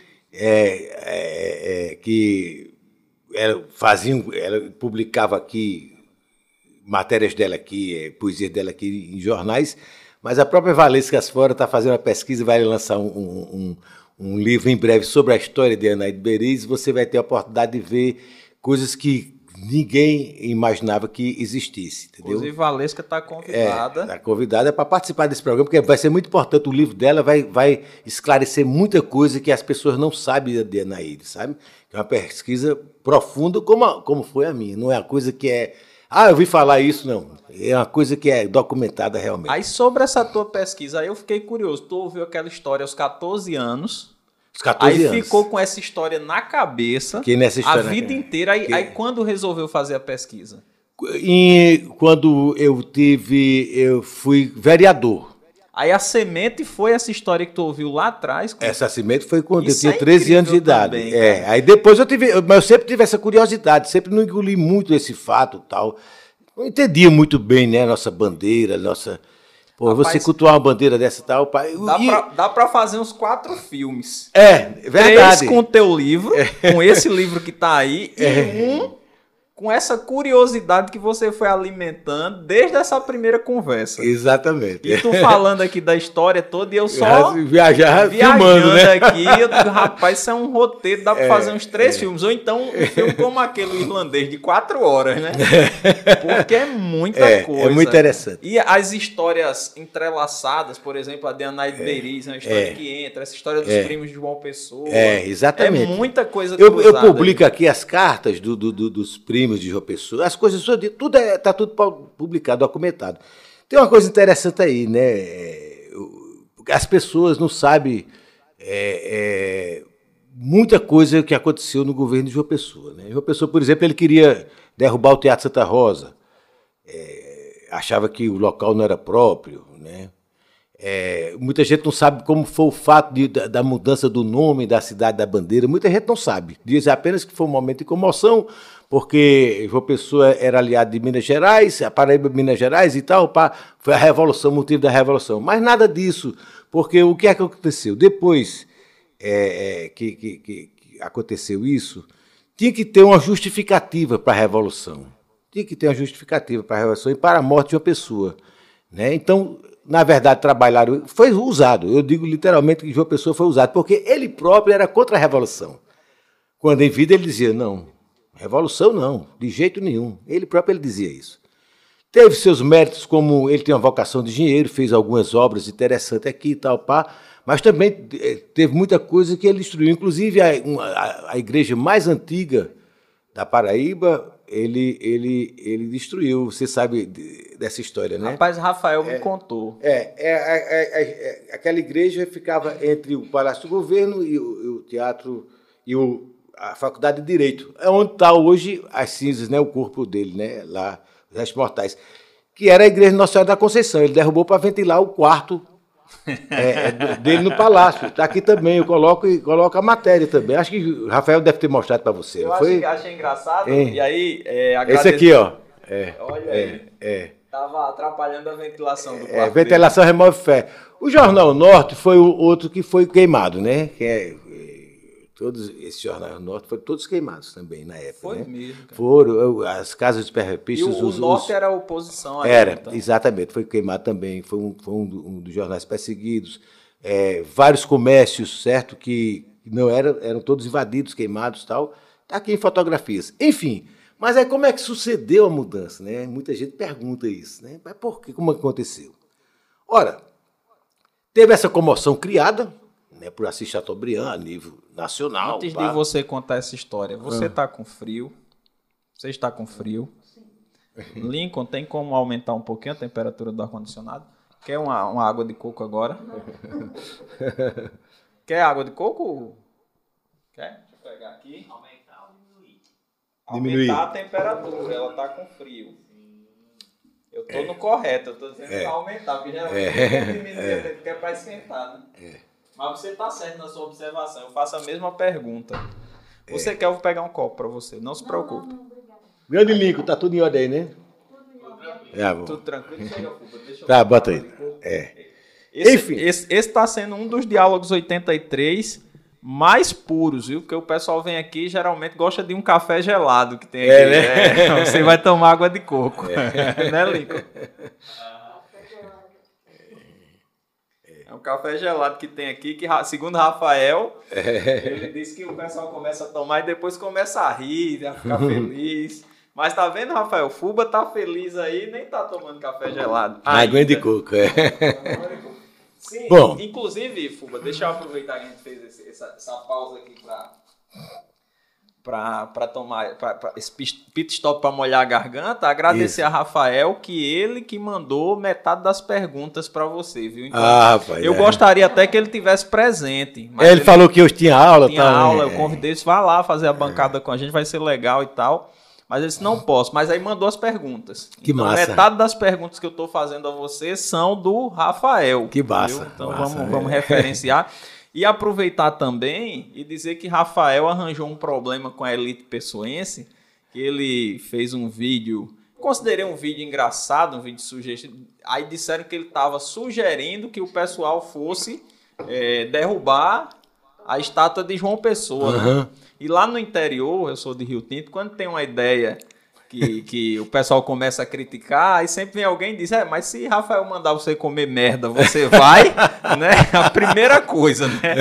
que ela publicava aqui matérias dela aqui, poesias dela aqui em jornais, mas a própria Valesca Asfora está fazendo uma pesquisa e vai lançar um livro em breve sobre a história de Anaide Beriz. Você vai ter a oportunidade de ver coisas que ninguém imaginava que existisse, entendeu? Inclusive, Valesca está convidada. Está convidada para participar desse programa, porque vai ser muito importante. O livro dela vai esclarecer muita coisa que as pessoas não sabem de Anaide, sabe? É uma pesquisa profunda, como foi a minha. Não é uma coisa que é Ah, eu ouvi falar isso, não. É uma coisa que é documentada realmente. Aí sobre essa tua pesquisa, aí eu fiquei curioso. Tu ouviu aquela história aos 14 anos. Os 14 anos. Ficou com essa história na cabeça a vida inteira. Aí quando resolveu fazer a pesquisa? Quando eu fui vereador. Aí a semente foi essa história que tu ouviu lá atrás? Essa semente foi quando eu tinha 13 anos de idade. Também, aí depois mas eu sempre tive essa curiosidade, sempre não engoli muito esse fato e tal. Não entendia muito bem, né, nossa bandeira, nossa... Pô, rapaz, você cultuar uma bandeira dessa e tal... Dá pra fazer uns 4 filmes. Verdade. 3 com o teu livro, com esse livro que tá aí, e com essa curiosidade que você foi alimentando desde essa primeira conversa. Exatamente. E tu falando aqui da história toda e eu só viajando, filmando, né? aqui. Eu digo, rapaz, isso é um roteiro, dá pra fazer uns 3 filmes. Ou então um filme como aquele irlandês de 4 horas, né? Porque é muita coisa. É muito interessante. E as histórias entrelaçadas, por exemplo, a de Anaide Beiriz, uma história que entra, essa história dos primos de João Pessoa. Exatamente. É muita coisa cruzada. Eu publico aqui as cartas dos primos de João Pessoa, as coisas tudo está tudo publicado, documentado. Tem uma coisa interessante aí, né? As pessoas não sabem muita coisa que aconteceu no governo de João Pessoa, né? João Pessoa, por exemplo, ele queria derrubar o Teatro Santa Rosa, achava que o local não era próprio, né? Muita gente não sabe como foi o fato da mudança do nome da cidade da bandeira. Muita gente não sabe. Diz apenas que foi um momento de comoção, porque João Pessoa era aliado de Minas Gerais, a Paraíba, Minas Gerais e tal, foi a revolução, o motivo da revolução. Mas nada disso, porque o que é que aconteceu? Depois que aconteceu isso, tinha que ter uma justificativa para a revolução. Tinha que ter uma justificativa para a revolução e para a morte de uma pessoa, né? Então, na verdade, foi usado. Eu digo literalmente que João Pessoa foi usado, porque ele próprio era contra a revolução. Quando em vida ele dizia, não, revolução não, de jeito nenhum. Ele próprio dizia isso. Teve seus méritos, como ele tem uma vocação de engenheiro, fez algumas obras interessantes aqui e tal, mas também teve muita coisa que ele destruiu. Inclusive, a igreja mais antiga da Paraíba, ele destruiu. Você sabe dessa história, né? Rapaz, Rafael me contou. Aquela igreja ficava entre o Palácio do Governo e o Teatro e a Faculdade de Direito. É onde está hoje as cinzas, né? O corpo dele, né? Lá, os restos mortais. Que era a igreja de Nossa Senhora da Conceição. Ele derrubou para ventilar o quarto dele no palácio. Está aqui também, eu coloco a matéria também. Acho que o Rafael deve ter mostrado para você. Achei engraçado. E aí, esse aqui, ó. Olha aí. Estava atrapalhando a ventilação do quarto. Ventilação remove ferro. O Jornal Norte foi o outro que foi queimado, né? Todos esses jornais do Norte foram todos queimados também na época. Foi né? mesmo. Cara. Foram as casas de perrepistas. E o Norte era a oposição. Era, então. Exatamente, foi queimado também. Foi um dos jornais perseguidos. Vários comércios, certo, que não eram todos invadidos, queimados e tal. Está aqui em fotografias. Enfim, mas como é que sucedeu a mudança? Né? Muita gente pergunta isso. Né? Mas por quê? Como aconteceu? Ora, teve essa comoção criada, né, por Assis Chateaubriand a nível nacional. Antes de você contar essa história, você está com frio? Você está com frio? Lincoln, tem como aumentar um pouquinho a temperatura do ar-condicionado? Quer uma água de coco agora? Quer água de coco? Quer? Deixa eu pegar aqui. Aumentar ou diminuir? Aumentar a temperatura, ela está com frio. Eu estou no correto, eu estou dizendo para aumentar, porque geralmente diminuir é para esquentar, né? Mas você está certo na sua observação. Eu faço a mesma pergunta. Você quer, eu vou pegar um copo para você. Não se preocupe. Não. Grande Lincoln, tá tudo em ordem aí, né? Tudo tranquilo. Chega, Fuba. Deixa eu tá, bota aí. Enfim. Esse está sendo um dos diálogos 83 mais puros, viu? Porque o pessoal vem aqui e geralmente gosta de um café gelado que tem aqui. Né? Você vai tomar água de coco. Né, Lincoln? É um café gelado que tem aqui, que segundo Rafael, ele disse que o pessoal começa a tomar e depois começa a rir, a ficar feliz. Mas tá vendo, Rafael? Fuba tá feliz aí, nem tá tomando café gelado. Água de coco, Sim, bom, inclusive, Fuba, deixa eu aproveitar que a gente fez essa pausa aqui para tomar esse pit stop para molhar a garganta, agradecer a Rafael, ele que mandou metade das perguntas para você, viu? Então, rapaz, eu gostaria até que ele tivesse presente. Mas ele falou que hoje tinha aula. Tinha aula, eu convidei ele, vá lá fazer a bancada com a gente, vai ser legal e tal. Mas ele disse, não posso. Mas aí mandou as perguntas. Que então, massa. Metade das perguntas que eu estou fazendo a você são do Rafael. Que massa. Viu? Então vamos referenciar. E aproveitar também e dizer que Rafael arranjou um problema com a elite pessoense, que ele fez um vídeo, considerei um vídeo engraçado, um vídeo sugestivo, aí disseram que ele estava sugerindo que o pessoal fosse derrubar a estátua de João Pessoa. Uhum. Né? E lá no interior, eu sou de Rio Tinto, quando tem uma ideia que o pessoal começa a criticar, aí sempre vem alguém e diz, mas se Rafael mandar você comer merda, você vai? Né? A primeira coisa, né?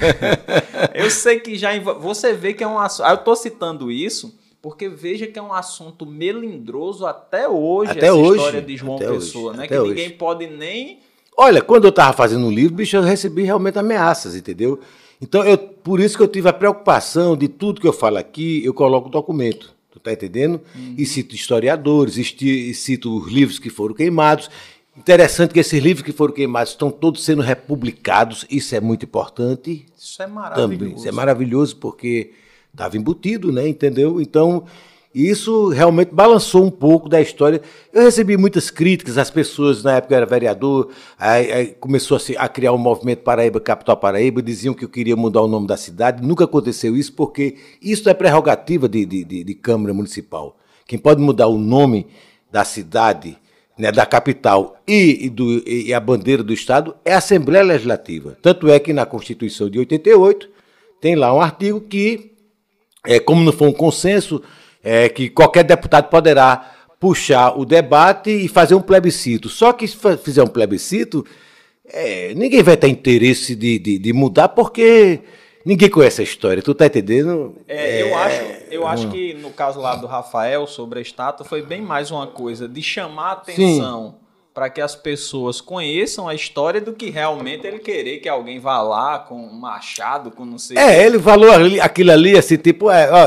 Eu sei que você vê que é um assunto... Eu estou citando isso porque veja que é um assunto melindroso até hoje, história de João Pessoa, né? Que ninguém pode nem... Olha, quando eu estava fazendo o livro, bicho, eu recebi realmente ameaças, entendeu? Então, por isso que eu tive a preocupação de tudo que eu falo aqui, eu coloco documento. Tu tá entendendo? Uhum. E cito historiadores, e cito os livros que foram queimados. Interessante que esses livros que foram queimados estão todos sendo republicados. Isso é muito importante. Isso é maravilhoso. Também. Isso é maravilhoso porque estava embutido, né? Entendeu? Então, isso realmente balançou um pouco da história. Eu recebi muitas críticas, as pessoas, na época eu era vereador, aí começou a criar um movimento Paraíba, Capital Paraíba, diziam que eu queria mudar o nome da cidade. Nunca aconteceu isso, porque isso é prerrogativa de Câmara Municipal. Quem pode mudar o nome da cidade, né, da capital e a bandeira do Estado é a Assembleia Legislativa. Tanto é que na Constituição de 88 tem lá um artigo que, como não foi um consenso, que qualquer deputado poderá puxar o debate e fazer um plebiscito. Só que se fizer um plebiscito, ninguém vai ter interesse de mudar, porque ninguém conhece a história. Tu tá entendendo? Eu acho que no caso lá do Rafael, sobre a estátua, foi bem mais uma coisa de chamar a atenção para que as pessoas conheçam a história do que realmente ele querer que alguém vá lá com um machado, com não sei o que. Ele falou aquilo ali, assim, tipo,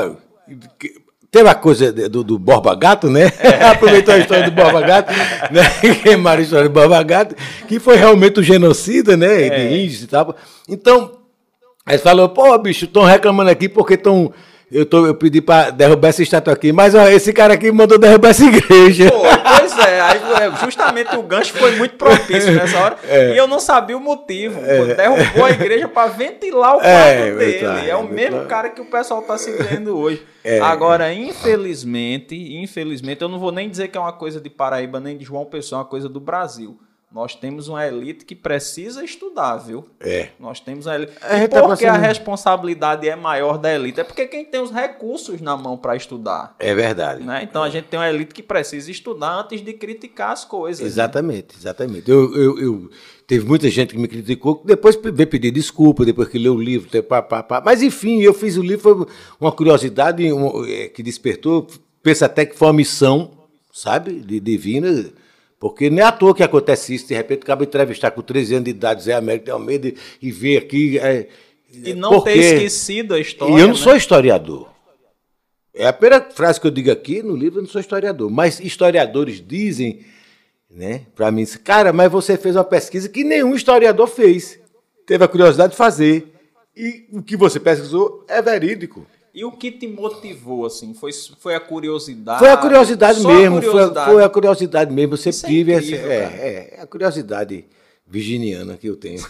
teve a coisa do Borba Gato, né? Aproveitou a história do Borba Gato, né? Queimaram a história do Borba Gato, que foi realmente um genocida, né? De índios e tal. Então, aí falou, bicho, estão reclamando aqui porque eu pedi para derrubar essa estátua aqui, mas esse cara aqui mandou derrubar essa igreja. Pois aí justamente o gancho foi muito propício nessa hora, e eu não sabia o motivo. Derrubou a igreja para ventilar o quarto dele. É o mesmo cara que o pessoal está se vendo hoje. Agora, infelizmente, eu não vou nem dizer que é uma coisa de Paraíba nem de João Pessoa, é uma coisa do Brasil. Nós temos uma elite que precisa estudar, viu? Nós temos uma elite. E por que a responsabilidade é maior da elite? É porque quem tem os recursos na mão para estudar. É verdade. Né? Então a gente tem uma elite que precisa estudar antes de criticar as coisas. Exatamente, né? Exatamente. Teve muita gente que me criticou, depois veio pedir desculpa, depois que leu o livro. Mas enfim, eu fiz o livro, foi uma curiosidade que despertou. Penso até que foi uma missão, sabe, divina. Porque não é à toa que acontece isso, de repente acaba de entrevistar com 13 anos de idade Zé Américo de Almeida e ver aqui... E não ter esquecido a história. E eu não sou historiador. É a primeira frase que eu digo aqui no livro, eu não sou historiador. Mas historiadores dizem, né, para mim, cara, mas você fez uma pesquisa que nenhum historiador fez. Teve a curiosidade de fazer. E o que você pesquisou é verídico. E o que te motivou, assim? Foi a curiosidade? Foi a curiosidade mesmo. Foi a curiosidade mesmo. Você tive a curiosidade virginiana que eu tenho.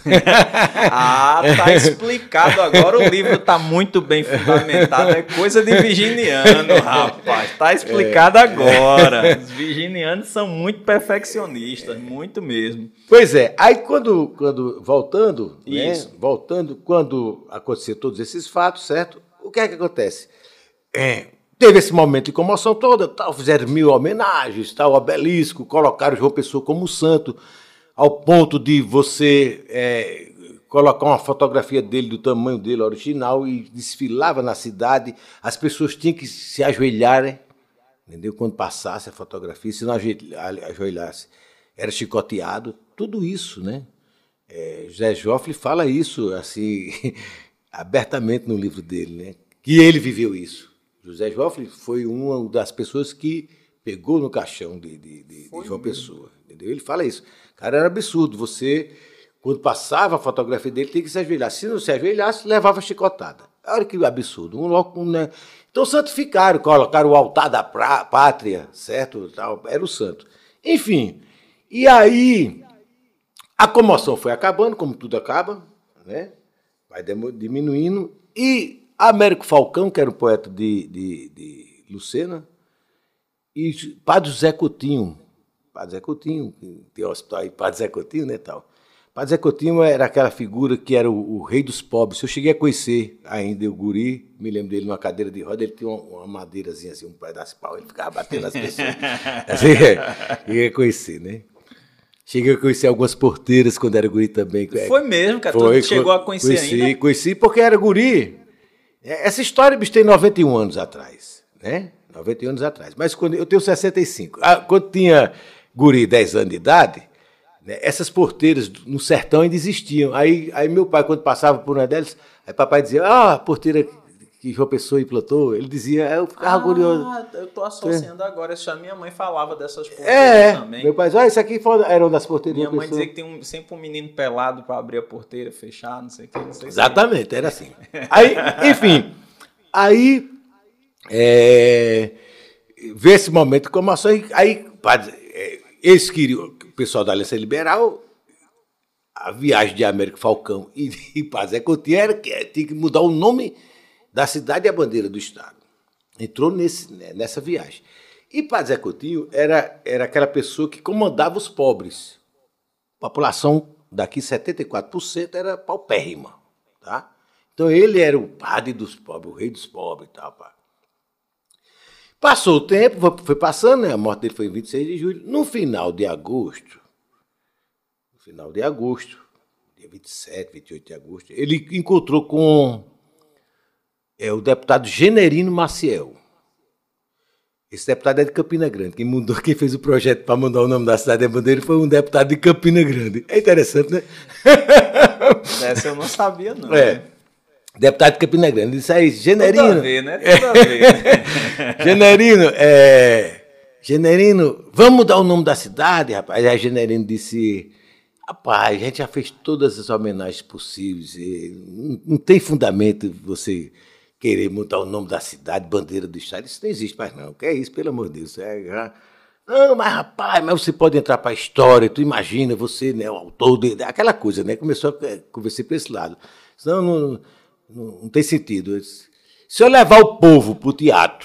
Tá explicado agora. O livro tá muito bem fundamentado. É coisa de virginiano, rapaz. Tá explicado agora. Os virginianos são muito perfeccionistas, muito mesmo. Pois é. Aí quando voltando, quando aconteceram todos esses fatos, certo? O que é que acontece? Teve esse momento de comoção toda, fizeram 1000 homenagens, obelisco, colocaram João Pessoa como santo, ao ponto de você colocar uma fotografia dele, do tamanho dele original, e desfilava na cidade, as pessoas tinham que se ajoelharem, entendeu? Quando passasse a fotografia, se não ajoelhasse, era chicoteado, tudo isso, né? José Joffre fala isso, assim... abertamente no livro dele, né? Que ele viveu isso. José Joffre foi uma das pessoas que pegou no caixão de João Pessoa. Entendeu? Ele fala isso. Cara, era absurdo. Você, quando passava a fotografia dele, tinha que se ajoelhar. Se não se ajoelhasse, levava chicotada. Olha que absurdo. Né? Então, santificaram, colocaram o altar da pátria, certo? Era o santo. Enfim, e aí a comoção foi acabando, como tudo acaba, né? Vai diminuindo. E Américo Falcão, que era um poeta de Lucena, e Padre Zé Coutinho, que tem um hospital aí, Padre Zé Coutinho, né, tal. Padre Zé Coutinho era aquela figura que era o rei dos pobres. Eu cheguei a conhecer ainda o guri, me lembro dele numa cadeira de roda, ele tinha uma madeirazinha assim, um pedaço de pau, ele ficava batendo nas pessoas. Assim, cheguei a conhecer, né? Cheguei a conhecer algumas porteiras quando era guri também. Foi mesmo, cara? Tu chegou a conhecer ainda? Conheci porque era guri. Essa história, bicho, tem 91 anos atrás, né? 91 anos atrás. Mas quando eu tenho 65. Quando tinha guri 10 anos de idade, né, essas porteiras no sertão ainda existiam. Aí meu pai, quando passava por uma delas, aí papai dizia, a porteira que João Pessoa implantou, ele dizia, eu ficava curioso. Eu tô associando agora, isso a minha mãe falava dessas porteiras também. Meu pai dizia, isso aqui era uma das porteiras. Minha mãe dizia que tem sempre um menino pelado para abrir a porteira, fechar, não sei o que, não sei. Exatamente, era assim. Aí, enfim, vê esse momento de comoção, aí eles queriam, o pessoal da Aliança Liberal, a viagem de Américo Falcão e Padre Zé Coutinho era que tinha que mudar o nome da cidade e a bandeira do Estado. Entrou nessa viagem. E Padre Zé Coutinho era aquela pessoa que comandava os pobres. A população daqui, 74%, era paupérrima. Tá? Então ele era o padre dos pobres, o rei dos pobres e tal. Pá. Passou o tempo, foi passando, né? A morte dele foi em 26 de julho. No final de agosto, dia 27, 28 de agosto, ele encontrou com o deputado Generino Maciel. Esse deputado é de Campina Grande. Quem fez o projeto para mudar o nome da cidade de Bandeira foi um deputado de Campina Grande. É interessante, né? Essa eu não sabia, não. Deputado de Campina Grande. Isso aí, Generino. Tudo a ver, né? Tudo a ver. Generino, vamos mudar o nome da cidade, rapaz? Aí Generino disse, rapaz, a gente já fez todas as homenagens possíveis. Não tem fundamento você querer mudar o nome da cidade, bandeira do Estado. Isso não existe mais, não. O que é isso, pelo amor de Deus? Não, mas rapaz, mas você pode entrar para a história, tu imagina, você, né, o autor, aquela coisa, né? Começou a conversar para esse lado. Senão não tem sentido. Se eu levar o povo para o teatro,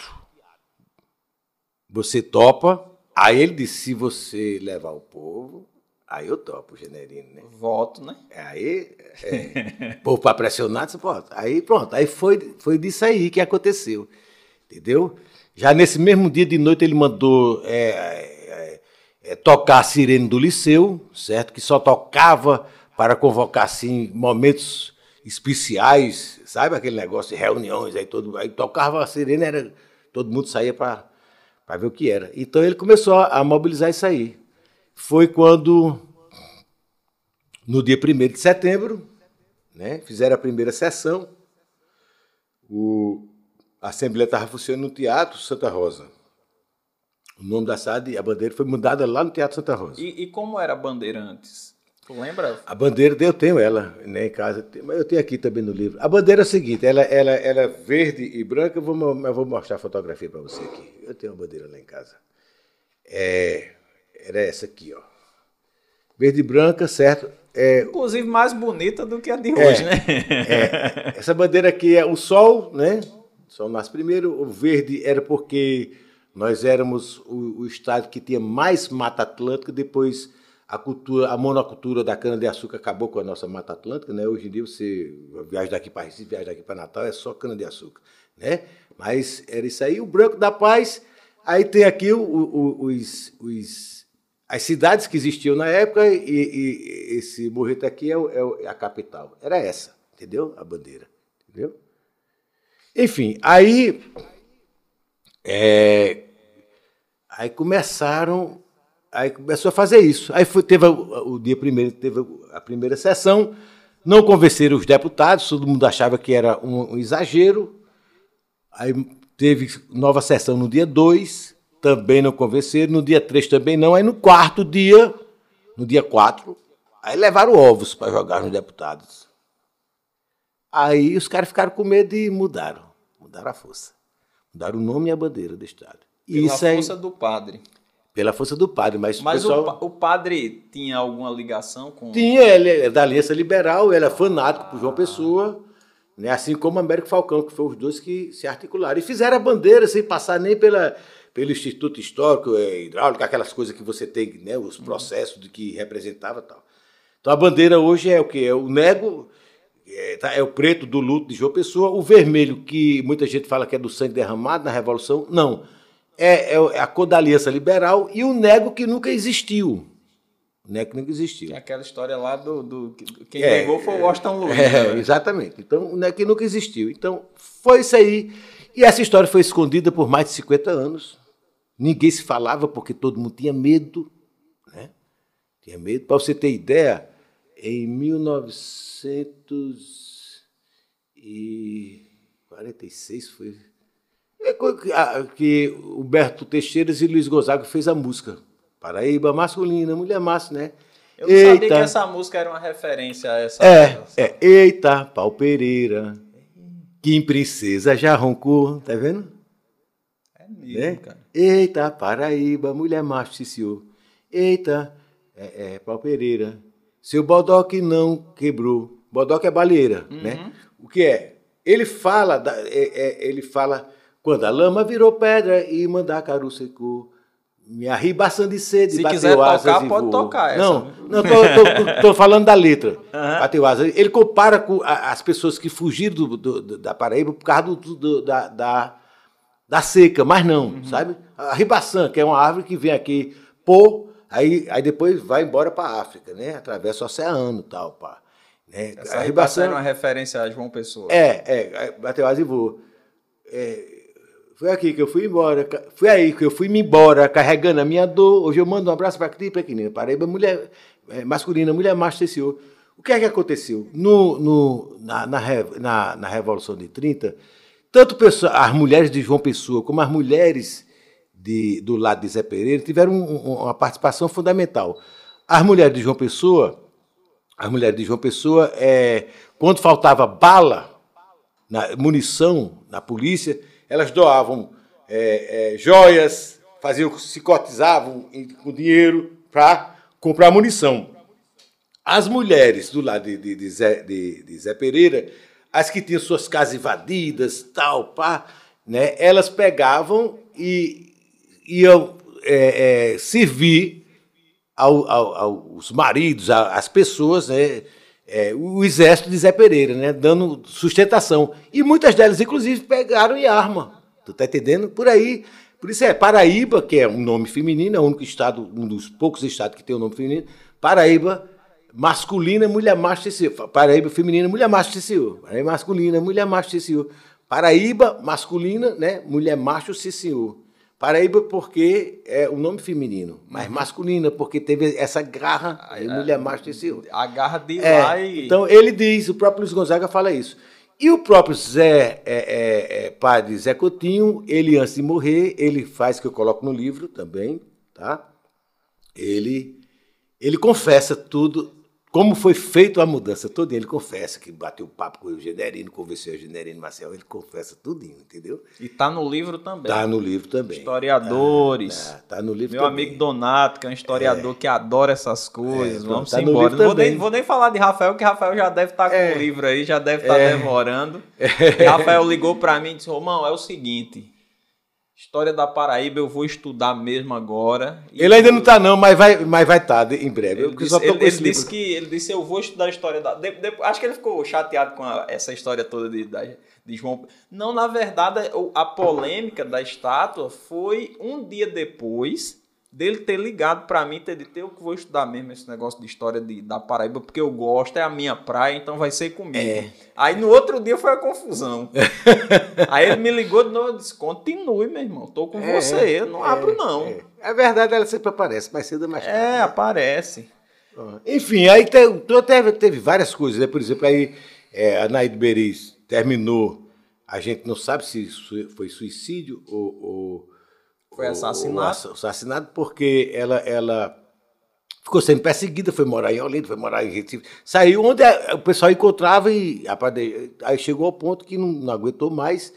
você topa? Aí ele disse, se você levar o povo, aí eu topo, Generino, né? Voto, né? O povo para pressionar, você pode. Aí pronto, aí foi disso aí que aconteceu, entendeu? Já nesse mesmo dia de noite ele mandou tocar a sirene do Liceu, certo? Que só tocava para convocar, assim, momentos especiais, sabe? Aquele negócio de reuniões, aí tocava a sirene, todo mundo saía para ver o que era. Então ele começou a mobilizar isso aí. Foi quando, no dia 1º de setembro, né, fizeram a primeira sessão, a Assembleia estava funcionando no Teatro Santa Rosa. O nome da cidade, a bandeira foi mudada lá no Teatro Santa Rosa. E como era a bandeira antes? Tu lembra? A bandeira, eu tenho ela, né, em casa, mas eu tenho aqui também no livro. A bandeira é a seguinte, ela é verde e branca, eu vou mostrar a fotografia para você aqui. Eu tenho uma bandeira lá em casa. Era essa aqui, ó. Verde e branca, certo? Inclusive mais bonita do que a de hoje, né? Essa bandeira aqui é o sol, né? O sol nasce primeiro. O verde era porque nós éramos o estado que tinha mais Mata Atlântica. Depois a monocultura da cana-de-açúcar acabou com a nossa Mata Atlântica, né? Hoje em dia você viaja daqui para Recife, viaja daqui para Natal, é só cana-de-açúcar, né? Mas era isso aí. O branco da paz. Aí tem aqui as cidades que existiam na época e esse morreto aqui é a capital. Era essa, entendeu? A bandeira, entendeu? Enfim, aí começou a fazer isso. Aí teve o dia primeiro, teve a primeira sessão, não convenceram os deputados, todo mundo achava que era um exagero. Aí Teve nova sessão no dia 2, também não convenceram, no dia 3 também não, aí no quarto dia, no dia 4, aí levaram ovos para jogar nos deputados. Aí os caras ficaram com medo e mudaram a força. Mudaram o nome e a bandeira do Estado. Pela força do padre. Pela força do padre, mas pessoal... o padre tinha alguma ligação com... Tinha, ele é da Aliança Liberal, ele é fanático por João Pessoa, né? Assim como Américo Falcão, que foram os dois que se articularam. E fizeram a bandeira sem passar nem pelo Instituto Histórico, Hidráulico, aquelas coisas que você tem, né? Os processos de que representava e tal. Então a bandeira hoje é o quê? É o nego, é o preto do luto de João Pessoa, o vermelho, que muita gente fala que é do sangue derramado na Revolução, não. É a cor da Aliança Liberal e o nego que nunca existiu. O nego que nunca existiu. Aquela história lá quem pegou foi o Washington Luiz. Né? Exatamente. Então, o nego que nunca existiu. Então, foi isso aí. E essa história foi escondida por mais de 50 anos. Ninguém se falava porque todo mundo tinha medo. Né? Tinha medo. Para você ter ideia, em 1946 foi... que Humberto Teixeira e Luiz Gonzaga fez a música. Paraíba masculina, mulher massa, né? Eu não sabia que essa música era uma referência a essa... Eita, pau Pereira, que princesa já roncou, tá vendo? É mesmo, cara. Eita, Paraíba, mulher macho, sim, senhor. Eita, pau Pereira, seu bodoque não quebrou. Bodoque é baleeira, né? O que é? Ele fala... Quando a lama virou pedra e mandacaru secou, me arribaçando de sede, se bateu quiser asas tocar, pode tocar essa. Não, tô falando da letra. Bateu asas. Ele compara com as pessoas que fugiram da Paraíba por causa da seca, mas não, sabe? A ribaçã, que é uma árvore que vem aqui, aí depois vai embora para a África, né? Atravessa o oceano e tal, pá. Né? Essa ribaçã era uma referência a João Pessoa. Bateu asas e voou. Foi aqui que eu fui embora, foi aí que eu fui me embora, carregando a minha dor. Hoje eu mando um abraço para aqui, para aqui, Paraíba, mulher masculina, mulher macho, esse senhor. O que é que aconteceu? Na Revolução de 30, tanto as mulheres de João Pessoa como as mulheres do lado de Zé Pereira tiveram uma participação fundamental. As mulheres de João Pessoa, quando faltava bala, munição na polícia, elas doavam joias, se cotizavam com dinheiro para comprar munição. As mulheres do lado de Zé Pereira, as que tinham suas casas invadidas, tal, né, elas pegavam e iam servir aos maridos, às pessoas, né, o exército de Zé Pereira, né, dando sustentação. E muitas delas, inclusive, pegaram em arma. Tu tá entendendo? Por aí. Por isso Paraíba, que é um nome feminino, é o único estado, um dos poucos estados que tem um nome feminino. Paraíba masculina, mulher macho, TCU. Paraíba feminina, mulher macho, TCU. Paraíba masculina, mulher macho, TCU. Paraíba masculina, né, mulher macho, TCU. Paraíba porque é o nome feminino, mas masculina porque teve essa garra, aí mulher macho TCU. A garra de lá e... Então ele diz, o próprio Luiz Gonzaga fala isso. E o próprio padre Zé Coutinho, ele antes de morrer, ele faz, que eu coloco no livro também, tá? Ele confessa tudo, como foi feita a mudança toda, ele confessa que bateu papo com o Generino, convenceu o Generino Marcel, ele confessa tudinho, entendeu? E tá no livro também. Tá no livro também. Historiadores. Tá no livro Meu também. amigo Donato, que é um historiador que adora essas coisas. Vamos embora. Não vou nem falar de Rafael, que Rafael já deve estar com o livro aí, já deve estar devorando. E Rafael ligou para mim e disse, Romão, é o seguinte... História da Paraíba eu vou estudar mesmo agora. Ele ainda não está não, mas vai estar em breve. Ele disse eu vou estudar a história da... acho que ele ficou chateado com essa história toda de João... Não, na verdade, a polêmica da estátua foi um dia depois dele ter ligado para mim e ter dito eu que vou estudar mesmo esse negócio de história da Paraíba, porque eu gosto, é a minha praia, então vai ser comigo. Aí no outro dia foi a confusão. Aí ele me ligou de novo e disse, continue, meu irmão, tô com você, eu não abro não. É verdade, ela sempre aparece, mais cedo ou mais tarde. Né? Aparece. Enfim, aí teve várias coisas, né? Por exemplo, aí a Naide Beriz terminou A gente não sabe se isso foi suicídio ou foi assassinado. Assassinado, porque ela ficou sendo perseguida, foi morar em Olinda, foi morar em Recife. Saiu onde o pessoal encontrava e aí chegou ao ponto que não aguentou mais.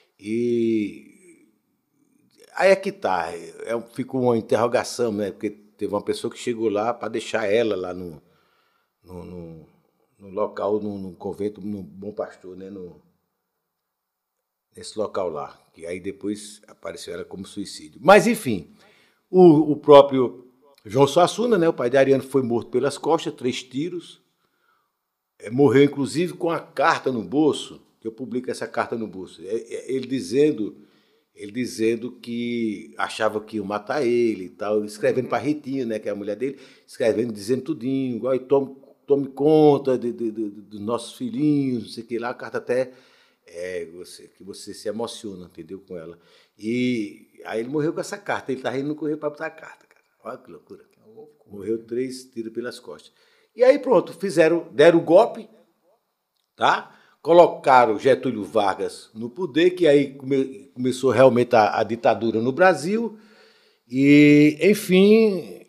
E aí é que tá. Fica uma interrogação, né? Porque teve uma pessoa que chegou lá para deixar ela lá no local, no convento, no Bom Pastor, né? Nesse local lá. E aí depois apareceu ela como suicídio. Mas, enfim, o próprio João Suassuna, né, o pai de Ariano, foi morto pelas costas, 3 tiros. Morreu, inclusive, com a carta no bolso, que eu publico essa carta no bolso. Ele dizendo que achava que iam matar ele e tal, escrevendo para Ritinha, né, que é a mulher dele, escrevendo, dizendo tudinho, igual, tome conta dos nossos filhinhos, não sei o que lá, a carta até que você se emociona, entendeu, com ela. E aí ele morreu com essa carta, ele estava indo no correio para botar a carta, cara. Olha que loucura. Morreu 3 tiros pelas costas. E aí pronto, deram o golpe, tá? Colocaram Getúlio Vargas no poder, que aí começou realmente a ditadura no Brasil. E, enfim,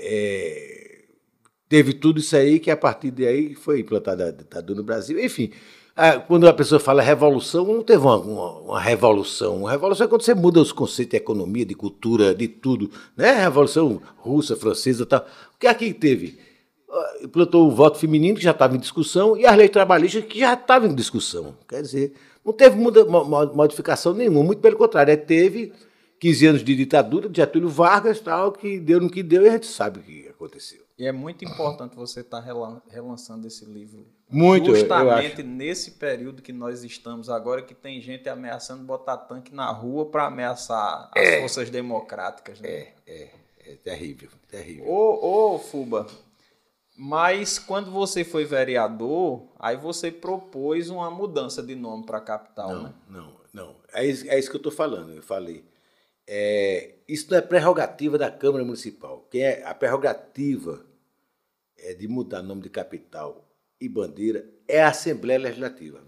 teve tudo isso aí, que a partir daí foi implantada a ditadura no Brasil. Enfim, quando a pessoa fala revolução, não teve uma revolução. Uma revolução é quando você muda os conceitos de economia, de cultura, de tudo. Né? Revolução russa, francesa e tal. O que aqui teve? Implantou o voto feminino, que já estava em discussão, e as leis trabalhistas, que já estavam em discussão. Quer dizer, não teve modificação nenhuma, muito pelo contrário. Teve 15 anos de ditadura, de Getúlio Vargas, tal, que deu no que deu, e a gente sabe o que aconteceu. E é muito importante você estar relançando esse livro. Muito, justamente nesse período que nós estamos agora, que tem gente ameaçando botar tanque na rua para ameaçar as forças democráticas. Né? É terrível, terrível. Ô, Fuba, mas quando você foi vereador, aí você propôs uma mudança de nome para a capital, né? Não. É isso que eu estou falando, eu falei. Isso não é prerrogativa da Câmara Municipal. A prerrogativa de mudar nome de capital e bandeira é a Assembleia Legislativa.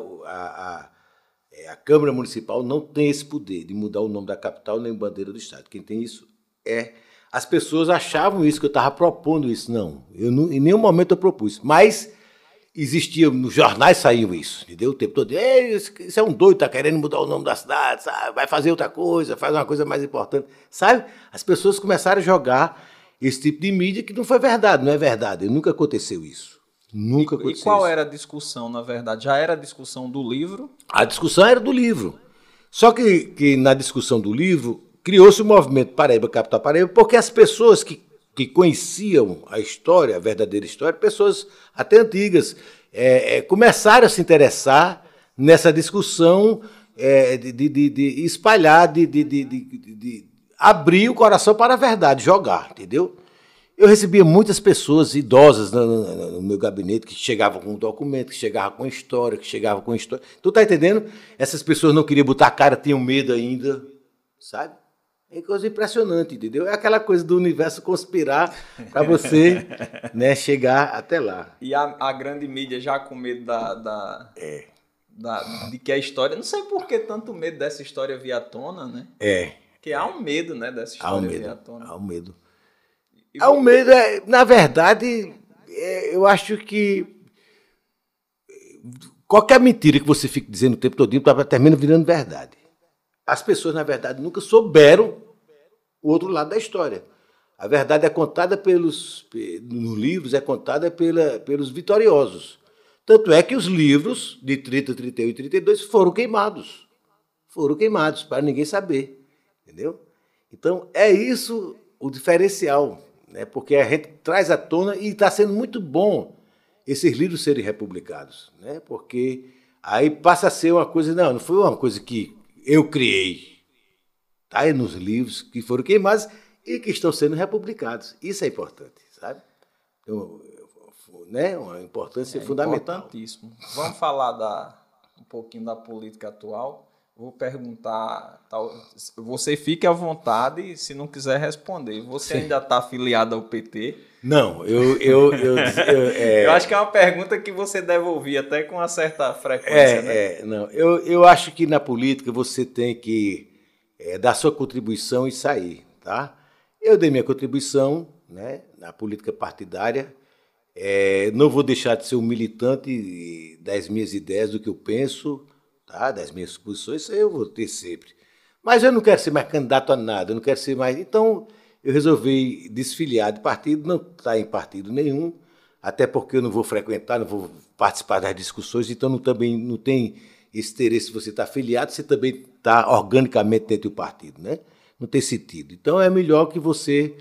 A Câmara Municipal não tem esse poder de mudar o nome da capital nem bandeira do Estado. Quem tem isso as pessoas achavam isso, que eu estava propondo isso. Não, em nenhum momento eu propus. Mas existia, nos jornais saiu isso, entendeu? O tempo todo, isso é um doido, está querendo mudar o nome da cidade, sabe? Vai fazer outra coisa, faz uma coisa mais importante. Sabe? As pessoas começaram a jogar esse tipo de mídia que não foi verdade, não é verdade. Nunca aconteceu isso. Nunca aconteceu isso. E qual era a discussão, na verdade? Já era a discussão do livro? A discussão era do livro. Só que na discussão do livro, criou-se o movimento Paraíba, Capital Paraíba, porque as pessoas que conheciam a história, a verdadeira história, pessoas até antigas, começaram a se interessar nessa discussão de espalhar, de abrir o coração para a verdade, jogar, entendeu? Eu recebia muitas pessoas idosas no meu gabinete que chegavam com um documento, que chegavam com história, Tu tá entendendo? Essas pessoas não queriam botar a cara, tinham medo ainda, sabe? É coisa impressionante, entendeu? É aquela coisa do universo conspirar para você, né, chegar até lá. E a grande mídia já com medo de que a história... Não sei por que tanto medo dessa história vir à tona, né? Porque há um medo, né, dessa história vir à tona. Há um medo. Há um medo, na verdade, eu acho que qualquer mentira que você fique dizendo o tempo todo termina virando verdade. As pessoas, na verdade, nunca souberam o outro lado da história. A verdade é contada nos livros, é contada pelos vitoriosos. Tanto é que os livros de 30, 31 e 32 foram queimados. Foram queimados, para ninguém saber. Entendeu? Então, é isso o diferencial, né? Porque a gente traz à tona e está sendo muito bom esses livros serem republicados, né? Porque aí passa a ser uma coisa... Não foi uma coisa que eu criei. Está aí nos livros que foram queimados e que estão sendo republicados. Isso é importante, sabe? Então, né? Uma importância fundamental. Importantíssimo. Vamos falar um pouquinho da política atual. Vou perguntar, você fique à vontade se não quiser responder. Você ainda está afiliado ao PT? Não, eu acho que é uma pergunta que você deve ouvir até com uma certa frequência, né? Não, eu acho que na política você tem que dar sua contribuição e sair, tá? Eu dei minha contribuição, né, na política partidária. Não vou deixar de ser um militante das minhas ideias, do que eu penso, tá? Das minhas posições, isso aí eu vou ter sempre. Mas eu não quero ser mais candidato a nada, eu não quero ser mais... Então, eu resolvi desfiliar de partido, não estar em partido nenhum, até porque eu não vou frequentar, não vou participar das discussões, então também não tem esse interesse se você está afiliado, você também está organicamente dentro do partido, né? Não tem sentido. Então, é melhor que você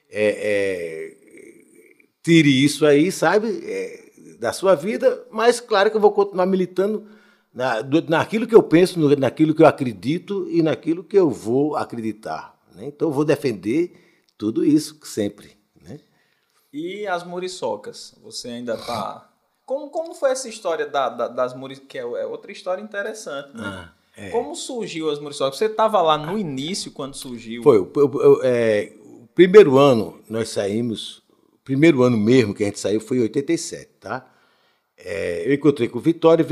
tire isso aí, sabe, da sua vida, mas claro que eu vou continuar militando naquilo que eu penso, naquilo que eu acredito e naquilo que eu vou acreditar, né? Então, eu vou defender tudo isso sempre, né? E as muriçocas? Você ainda está... Como foi essa história das muriçocas? Que é outra história interessante, né? Como surgiu as muriçocas? Você estava lá no início, quando surgiu? Foi. O primeiro ano nós saímos... O primeiro ano mesmo que a gente saiu foi em 87, tá? Eu encontrei com o Vitória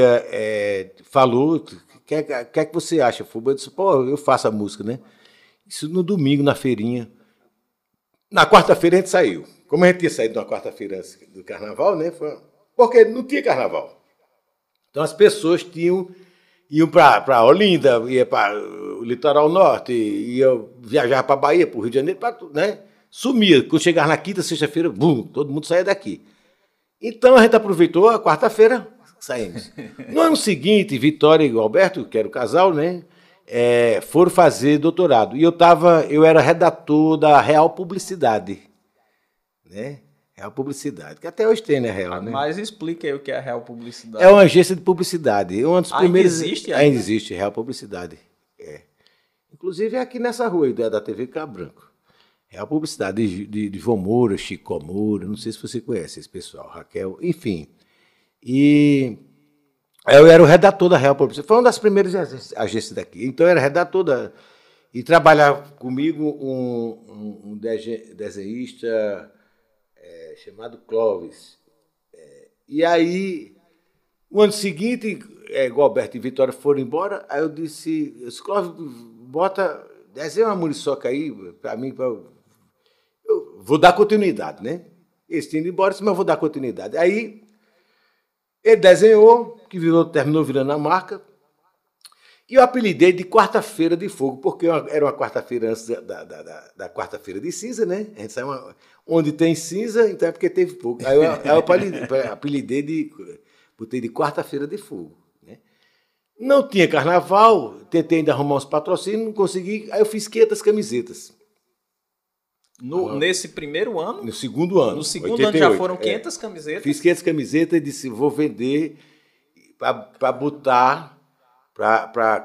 falou, o que é que você acha? Eu disse, eu faço a música, né? Isso no domingo, na feirinha. Na quarta-feira a gente saiu. Como a gente tinha saído na quarta-feira do carnaval, né? Porque não tinha carnaval. Então as pessoas iam para Olinda, ia para o litoral norte, viajar para Bahia, para o Rio de Janeiro, né? Sumia. Quando chegava na quinta, sexta-feira, bum, todo mundo saía daqui. Então a gente aproveitou a quarta-feira, saímos. No ano seguinte, Vitória e Alberto, que era o casal, né? Foram fazer doutorado. E eu era redator da Real Publicidade, né? Real Publicidade, que até hoje tem, né, Real, né? Mas explica aí o que é a Real Publicidade. É uma agência de publicidade. Um dos primeiros... existe ainda? Ainda existe, Real Publicidade. Inclusive é aqui nessa rua da TV Cabo Branco. Real Publicidade de João Moura, Chico Moura, não sei se você conhece esse pessoal, Raquel, enfim. E... eu era o redator da Real Publicidade. Foi uma das primeiras agências daqui. Então, eu era redator e trabalhava comigo um desenhista chamado Clóvis. E aí, no ano seguinte, Alberto e Vitória foram embora. Aí eu disse, Clóvis, desenha uma muriçoca aí para mim. Eu vou dar continuidade, né? Eles tinham ido embora, mas eu vou dar continuidade. Aí... ele desenhou, que terminou virando a marca, e eu apelidei de Quarta-feira de Fogo, porque era uma quarta-feira antes da Quarta-feira de Cinza, né? A gente sabe onde tem cinza, então é porque teve fogo. Aí eu apelidei botei de Quarta-feira de Fogo, né? Não tinha carnaval, tentei ainda arrumar uns patrocínios, não consegui, aí eu fiz 500 camisetas. Nesse primeiro ano? No segundo ano. No segundo 88, ano já foram 500 camisetas? Fiz 500 camisetas e disse, vou vender para botar, para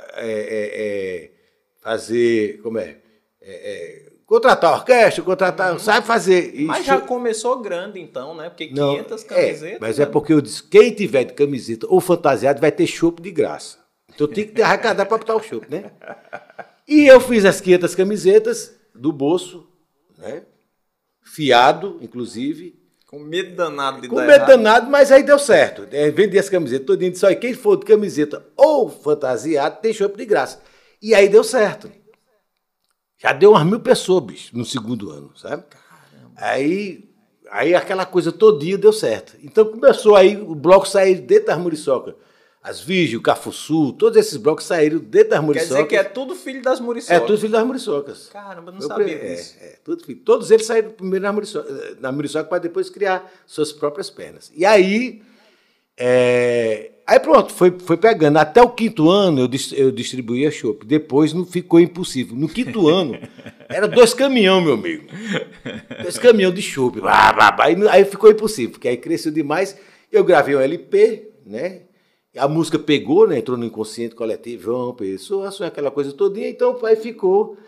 fazer, contratar orquestra, sabe fazer. Mas já começou grande então, né? Porque 500 camisetas... mas é porque eu disse, quem tiver de camiseta ou fantasiado vai ter chopp de graça. Então tem que arrecadar para botar o chopp, né? E eu fiz as 500 camisetas do bolso, né? Fiado, inclusive. Com medo danado de dar errado. Com medo danado, mas aí deu certo. Vendi as camisetas todinho, disse, olha, quem for de camiseta ou fantasiado tem chopp de graça. E aí deu certo. Já deu umas 1000 pessoas, bicho, no segundo ano, sabe? Caramba. Aí aquela coisa todinha deu certo. Então começou aí, o bloco sair dentro das muriçocas. As Virgens, o Cafuçu, todos esses blocos saíram dentro das muriçocas. Quer dizer que é tudo filho das muriçocas? É tudo filho das muriçocas. Caramba, não sabia disso. Tudo filho. Todos eles saíram primeiro na muriçoca para depois criar suas próprias pernas. E aí pronto, foi pegando. Até o 5º ano eu distribuía chopp. Depois não ficou impossível. No 5º ano, era 2 caminhões, meu amigo. 2 caminhões de chopp. Aí ficou impossível, porque aí cresceu demais. Eu gravei um LP, né? A música pegou, né? Entrou no inconsciente coletivo, João Pessoa, aquela coisa todinha, então aí ficou.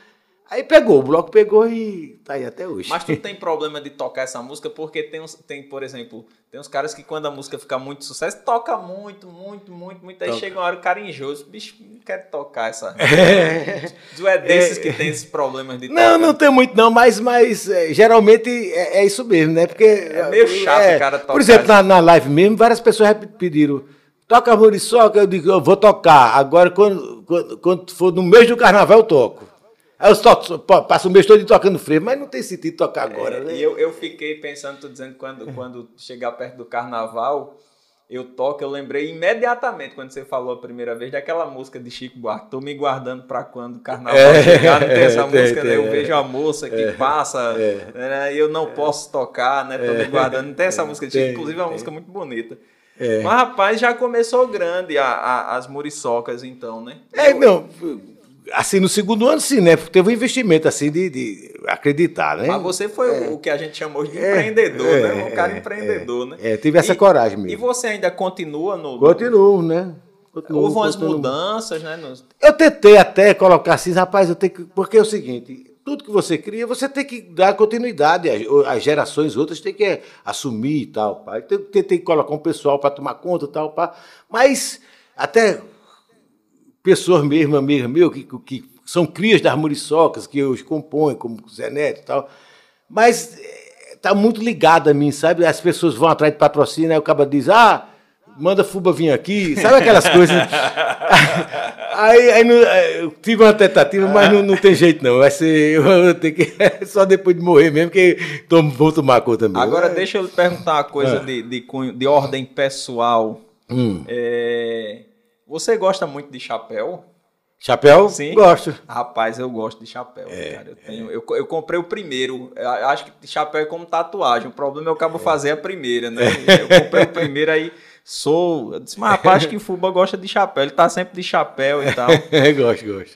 Aí pegou, o bloco pegou e tá aí até hoje. Mas tu tem problema de tocar essa música porque tem, por exemplo, tem uns caras que quando a música fica muito sucesso, toca muito, aí chega uma hora o cara enjoa, bicho, não quero tocar essa. Tu é desses que tem esses problemas de tocar? Não tem muito não, mas geralmente é isso mesmo, né? Porque é meio chato o cara tocar. Por exemplo, na live mesmo, várias pessoas pediram, toca muriçoca, eu digo, eu vou tocar, agora quando for no mês do carnaval eu toco. Aí eu passo o mês todo tocando frevo, mas não tem sentido tocar agora, né? E eu fiquei pensando, tô dizendo, quando chegar perto do carnaval, eu lembrei imediatamente, quando você falou a primeira vez, daquela música de Chico Buarque, tô me guardando pra quando o carnaval chegar, não tem essa música, né? Eu vejo a moça que passa, né? E eu não posso tocar, né? Tô me guardando, não tem essa música de Chico, inclusive é uma música muito bonita. Mas, rapaz, já começou grande as muriçocas, então, né? Assim, no segundo ano, sim, né? Teve um investimento, assim, de acreditar, né? Mas você foi o que a gente chamou de empreendedor, né? Um cara empreendedor, né? Tive essa coragem mesmo. E você ainda continua no... Continuo, né? Houve umas mudanças, né? Eu tentei até colocar assim, rapaz, eu tenho que... Porque é o seguinte, tudo que você cria, você tem que dar continuidade. As gerações outras têm que assumir e tal, pá. Eu tentei colocar um pessoal para tomar conta e tal, pá. Mas até... pessoas mesmo, amigas meu, que são crias das muriçocas, que eu compõem, como Zé Neto e tal, mas está muito ligado a mim, sabe? As pessoas vão atrás de patrocínio, aí o cara diz, manda Fuba vir aqui, sabe aquelas coisas? aí eu tive uma tentativa, mas não tem jeito não, vai ser, eu vou ter que, só depois de morrer mesmo, que vou tomar conta mesmo. Agora deixa eu lhe perguntar uma coisa de ordem pessoal. Você gosta muito de chapéu? Chapéu? Sim. Gosto. Rapaz, eu gosto de chapéu, cara. Eu comprei o primeiro. Eu acho que chapéu é como tatuagem. O problema é eu acabo fazer a primeira, né? Eu comprei o primeiro, aí eu disse, mas rapaz, acho que o Fuba gosta de chapéu. Ele tá sempre de chapéu e tal. Gosto.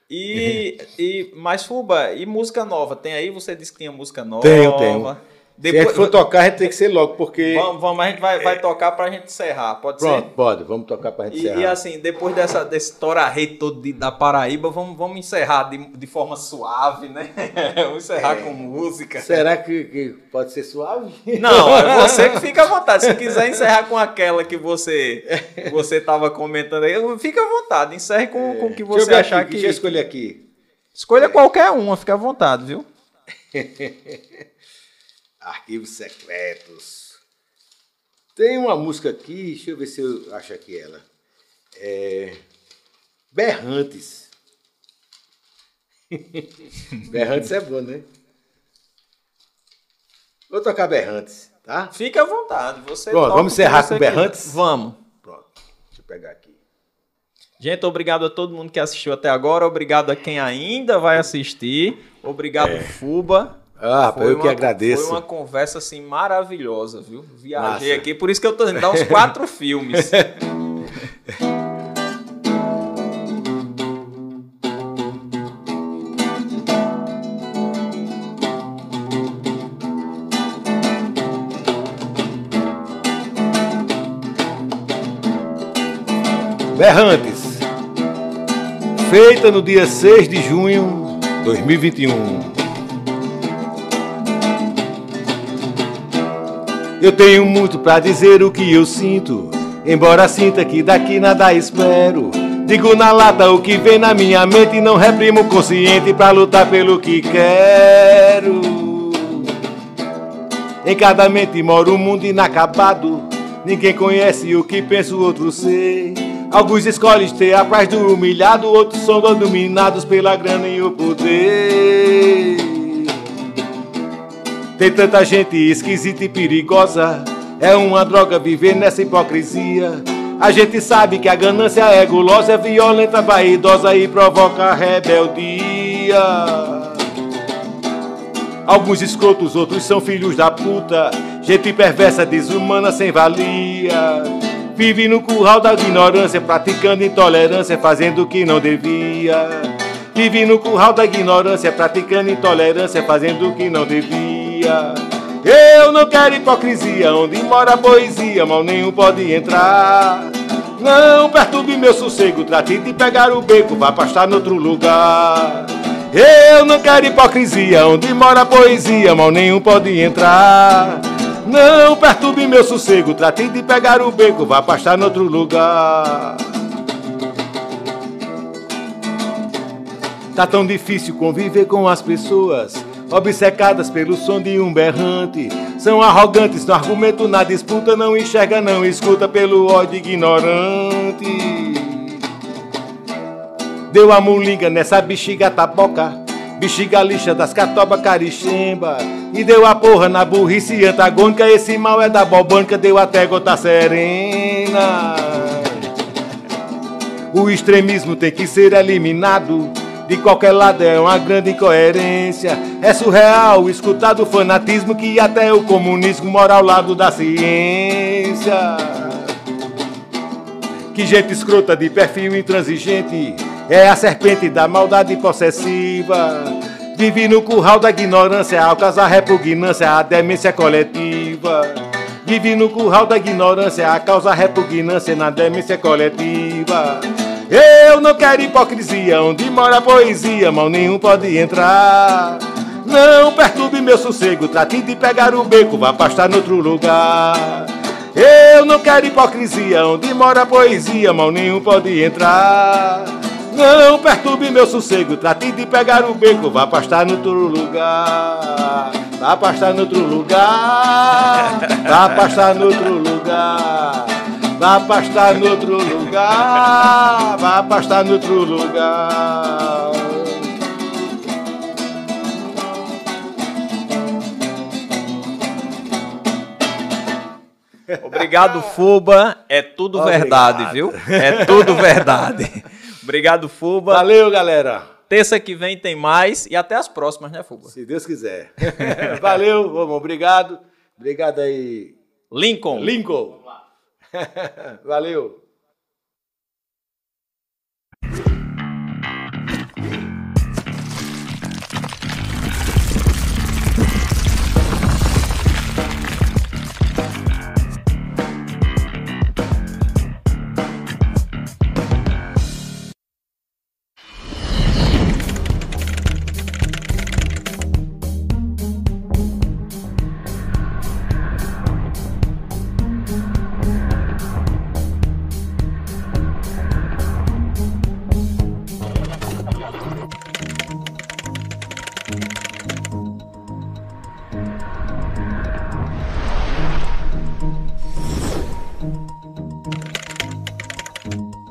Mas, Fuba, e música nova? Tem aí? Você disse que tinha música nova. Tenho. Depois, se a gente for tocar, a gente tem que ser logo, porque... Vamos, a gente vai tocar pra gente encerrar, pode ser? Pode, vamos tocar pra gente encerrar. E assim, depois desse torarreio todo da Paraíba, vamos encerrar de forma suave, né? Vamos encerrar com música. Será que pode ser suave? Não, é você que fica à vontade. Se quiser encerrar com aquela que você tava comentando aí, fica à vontade, encerre com o que você achar que... Deixa eu escolher aqui. Escolha qualquer uma, fica à vontade, viu? Arquivos secretos. Tem uma música aqui, deixa eu ver se eu acho aqui ela. Berrantes. Berrantes é bom, né? Vou tocar Berrantes, tá? Fica à vontade. Pronto, vamos encerrar com Berrantes? Vamos. Pronto, deixa eu pegar aqui. Gente, obrigado a todo mundo que assistiu até agora. Obrigado a quem ainda vai assistir. Obrigado, Fuba. Eu que agradeço. Foi uma conversa assim maravilhosa, viu? Viajei aqui, por isso que eu tô dando uns 4 filmes. Berrantes, feita no dia 6 de junho de 2021. Eu tenho muito pra dizer o que eu sinto, embora sinta que daqui nada espero. Digo na lata o que vem na minha mente e não reprimo o consciente pra lutar pelo que quero. Em cada mente mora um mundo inacabado, ninguém conhece o que pensa o outro ser. Alguns escolhem ter a paz do humilhado, outros são dominados pela grana e o poder. Tem tanta gente esquisita e perigosa, é uma droga viver nessa hipocrisia. A gente sabe que a ganância é gulosa, é violenta, vaidosa e provoca rebeldia. Alguns escrotos, outros são filhos da puta, gente perversa, desumana, sem valia. Vive no curral da ignorância, praticando intolerância, fazendo o que não devia. Vive no curral da ignorância, praticando intolerância, fazendo o que não devia. Eu não quero hipocrisia, onde mora a poesia, mal nenhum pode entrar. Não perturbe meu sossego, trate de pegar o beco, vá pastar em outro lugar. Eu não quero hipocrisia, onde mora a poesia, mal nenhum pode entrar. Não perturbe meu sossego, trate de pegar o beco, vá pastar em outro lugar. Tá tão difícil conviver com as pessoas, obcecadas pelo som de um berrante. São arrogantes no argumento, na disputa, não enxerga, não escuta pelo ódio ignorante. Deu a mulinga nessa bexiga taboca, bexiga lixa das catoba carixemba. E deu a porra na burrice antagônica, esse mal é da bobânica, deu até gota serena. O extremismo tem que ser eliminado, de qualquer lado é uma grande incoerência. É surreal escutar do fanatismo que até o comunismo mora ao lado da ciência. Que gente escrota de perfil intransigente, é a serpente da maldade possessiva. Vive no curral da ignorância, ao causar repugnância, a demência coletiva. Vive no curral da ignorância, a causar repugnância na demência coletiva. Eu não quero hipocrisia, onde mora a poesia, mal nenhum pode entrar. Não perturbe meu sossego, trate de pegar o beco, vá pastar em outro lugar. Eu não quero hipocrisia, onde mora a poesia, mal nenhum pode entrar. Não perturbe meu sossego, trate de pegar o beco, vá pastar em outro lugar. Vá pastar em outro lugar. Vá pastar em outro lugar. Vá pastar em outro lugar. Vá pastar em outro lugar. Obrigado, Fuba. É tudo verdade, viu? É tudo verdade. Obrigado, Fuba. Valeu, galera. Terça que vem tem mais e até as próximas, né, Fuba? Se Deus quiser. Valeu, vamos, obrigado. Obrigado aí. Lincoln. Valeu.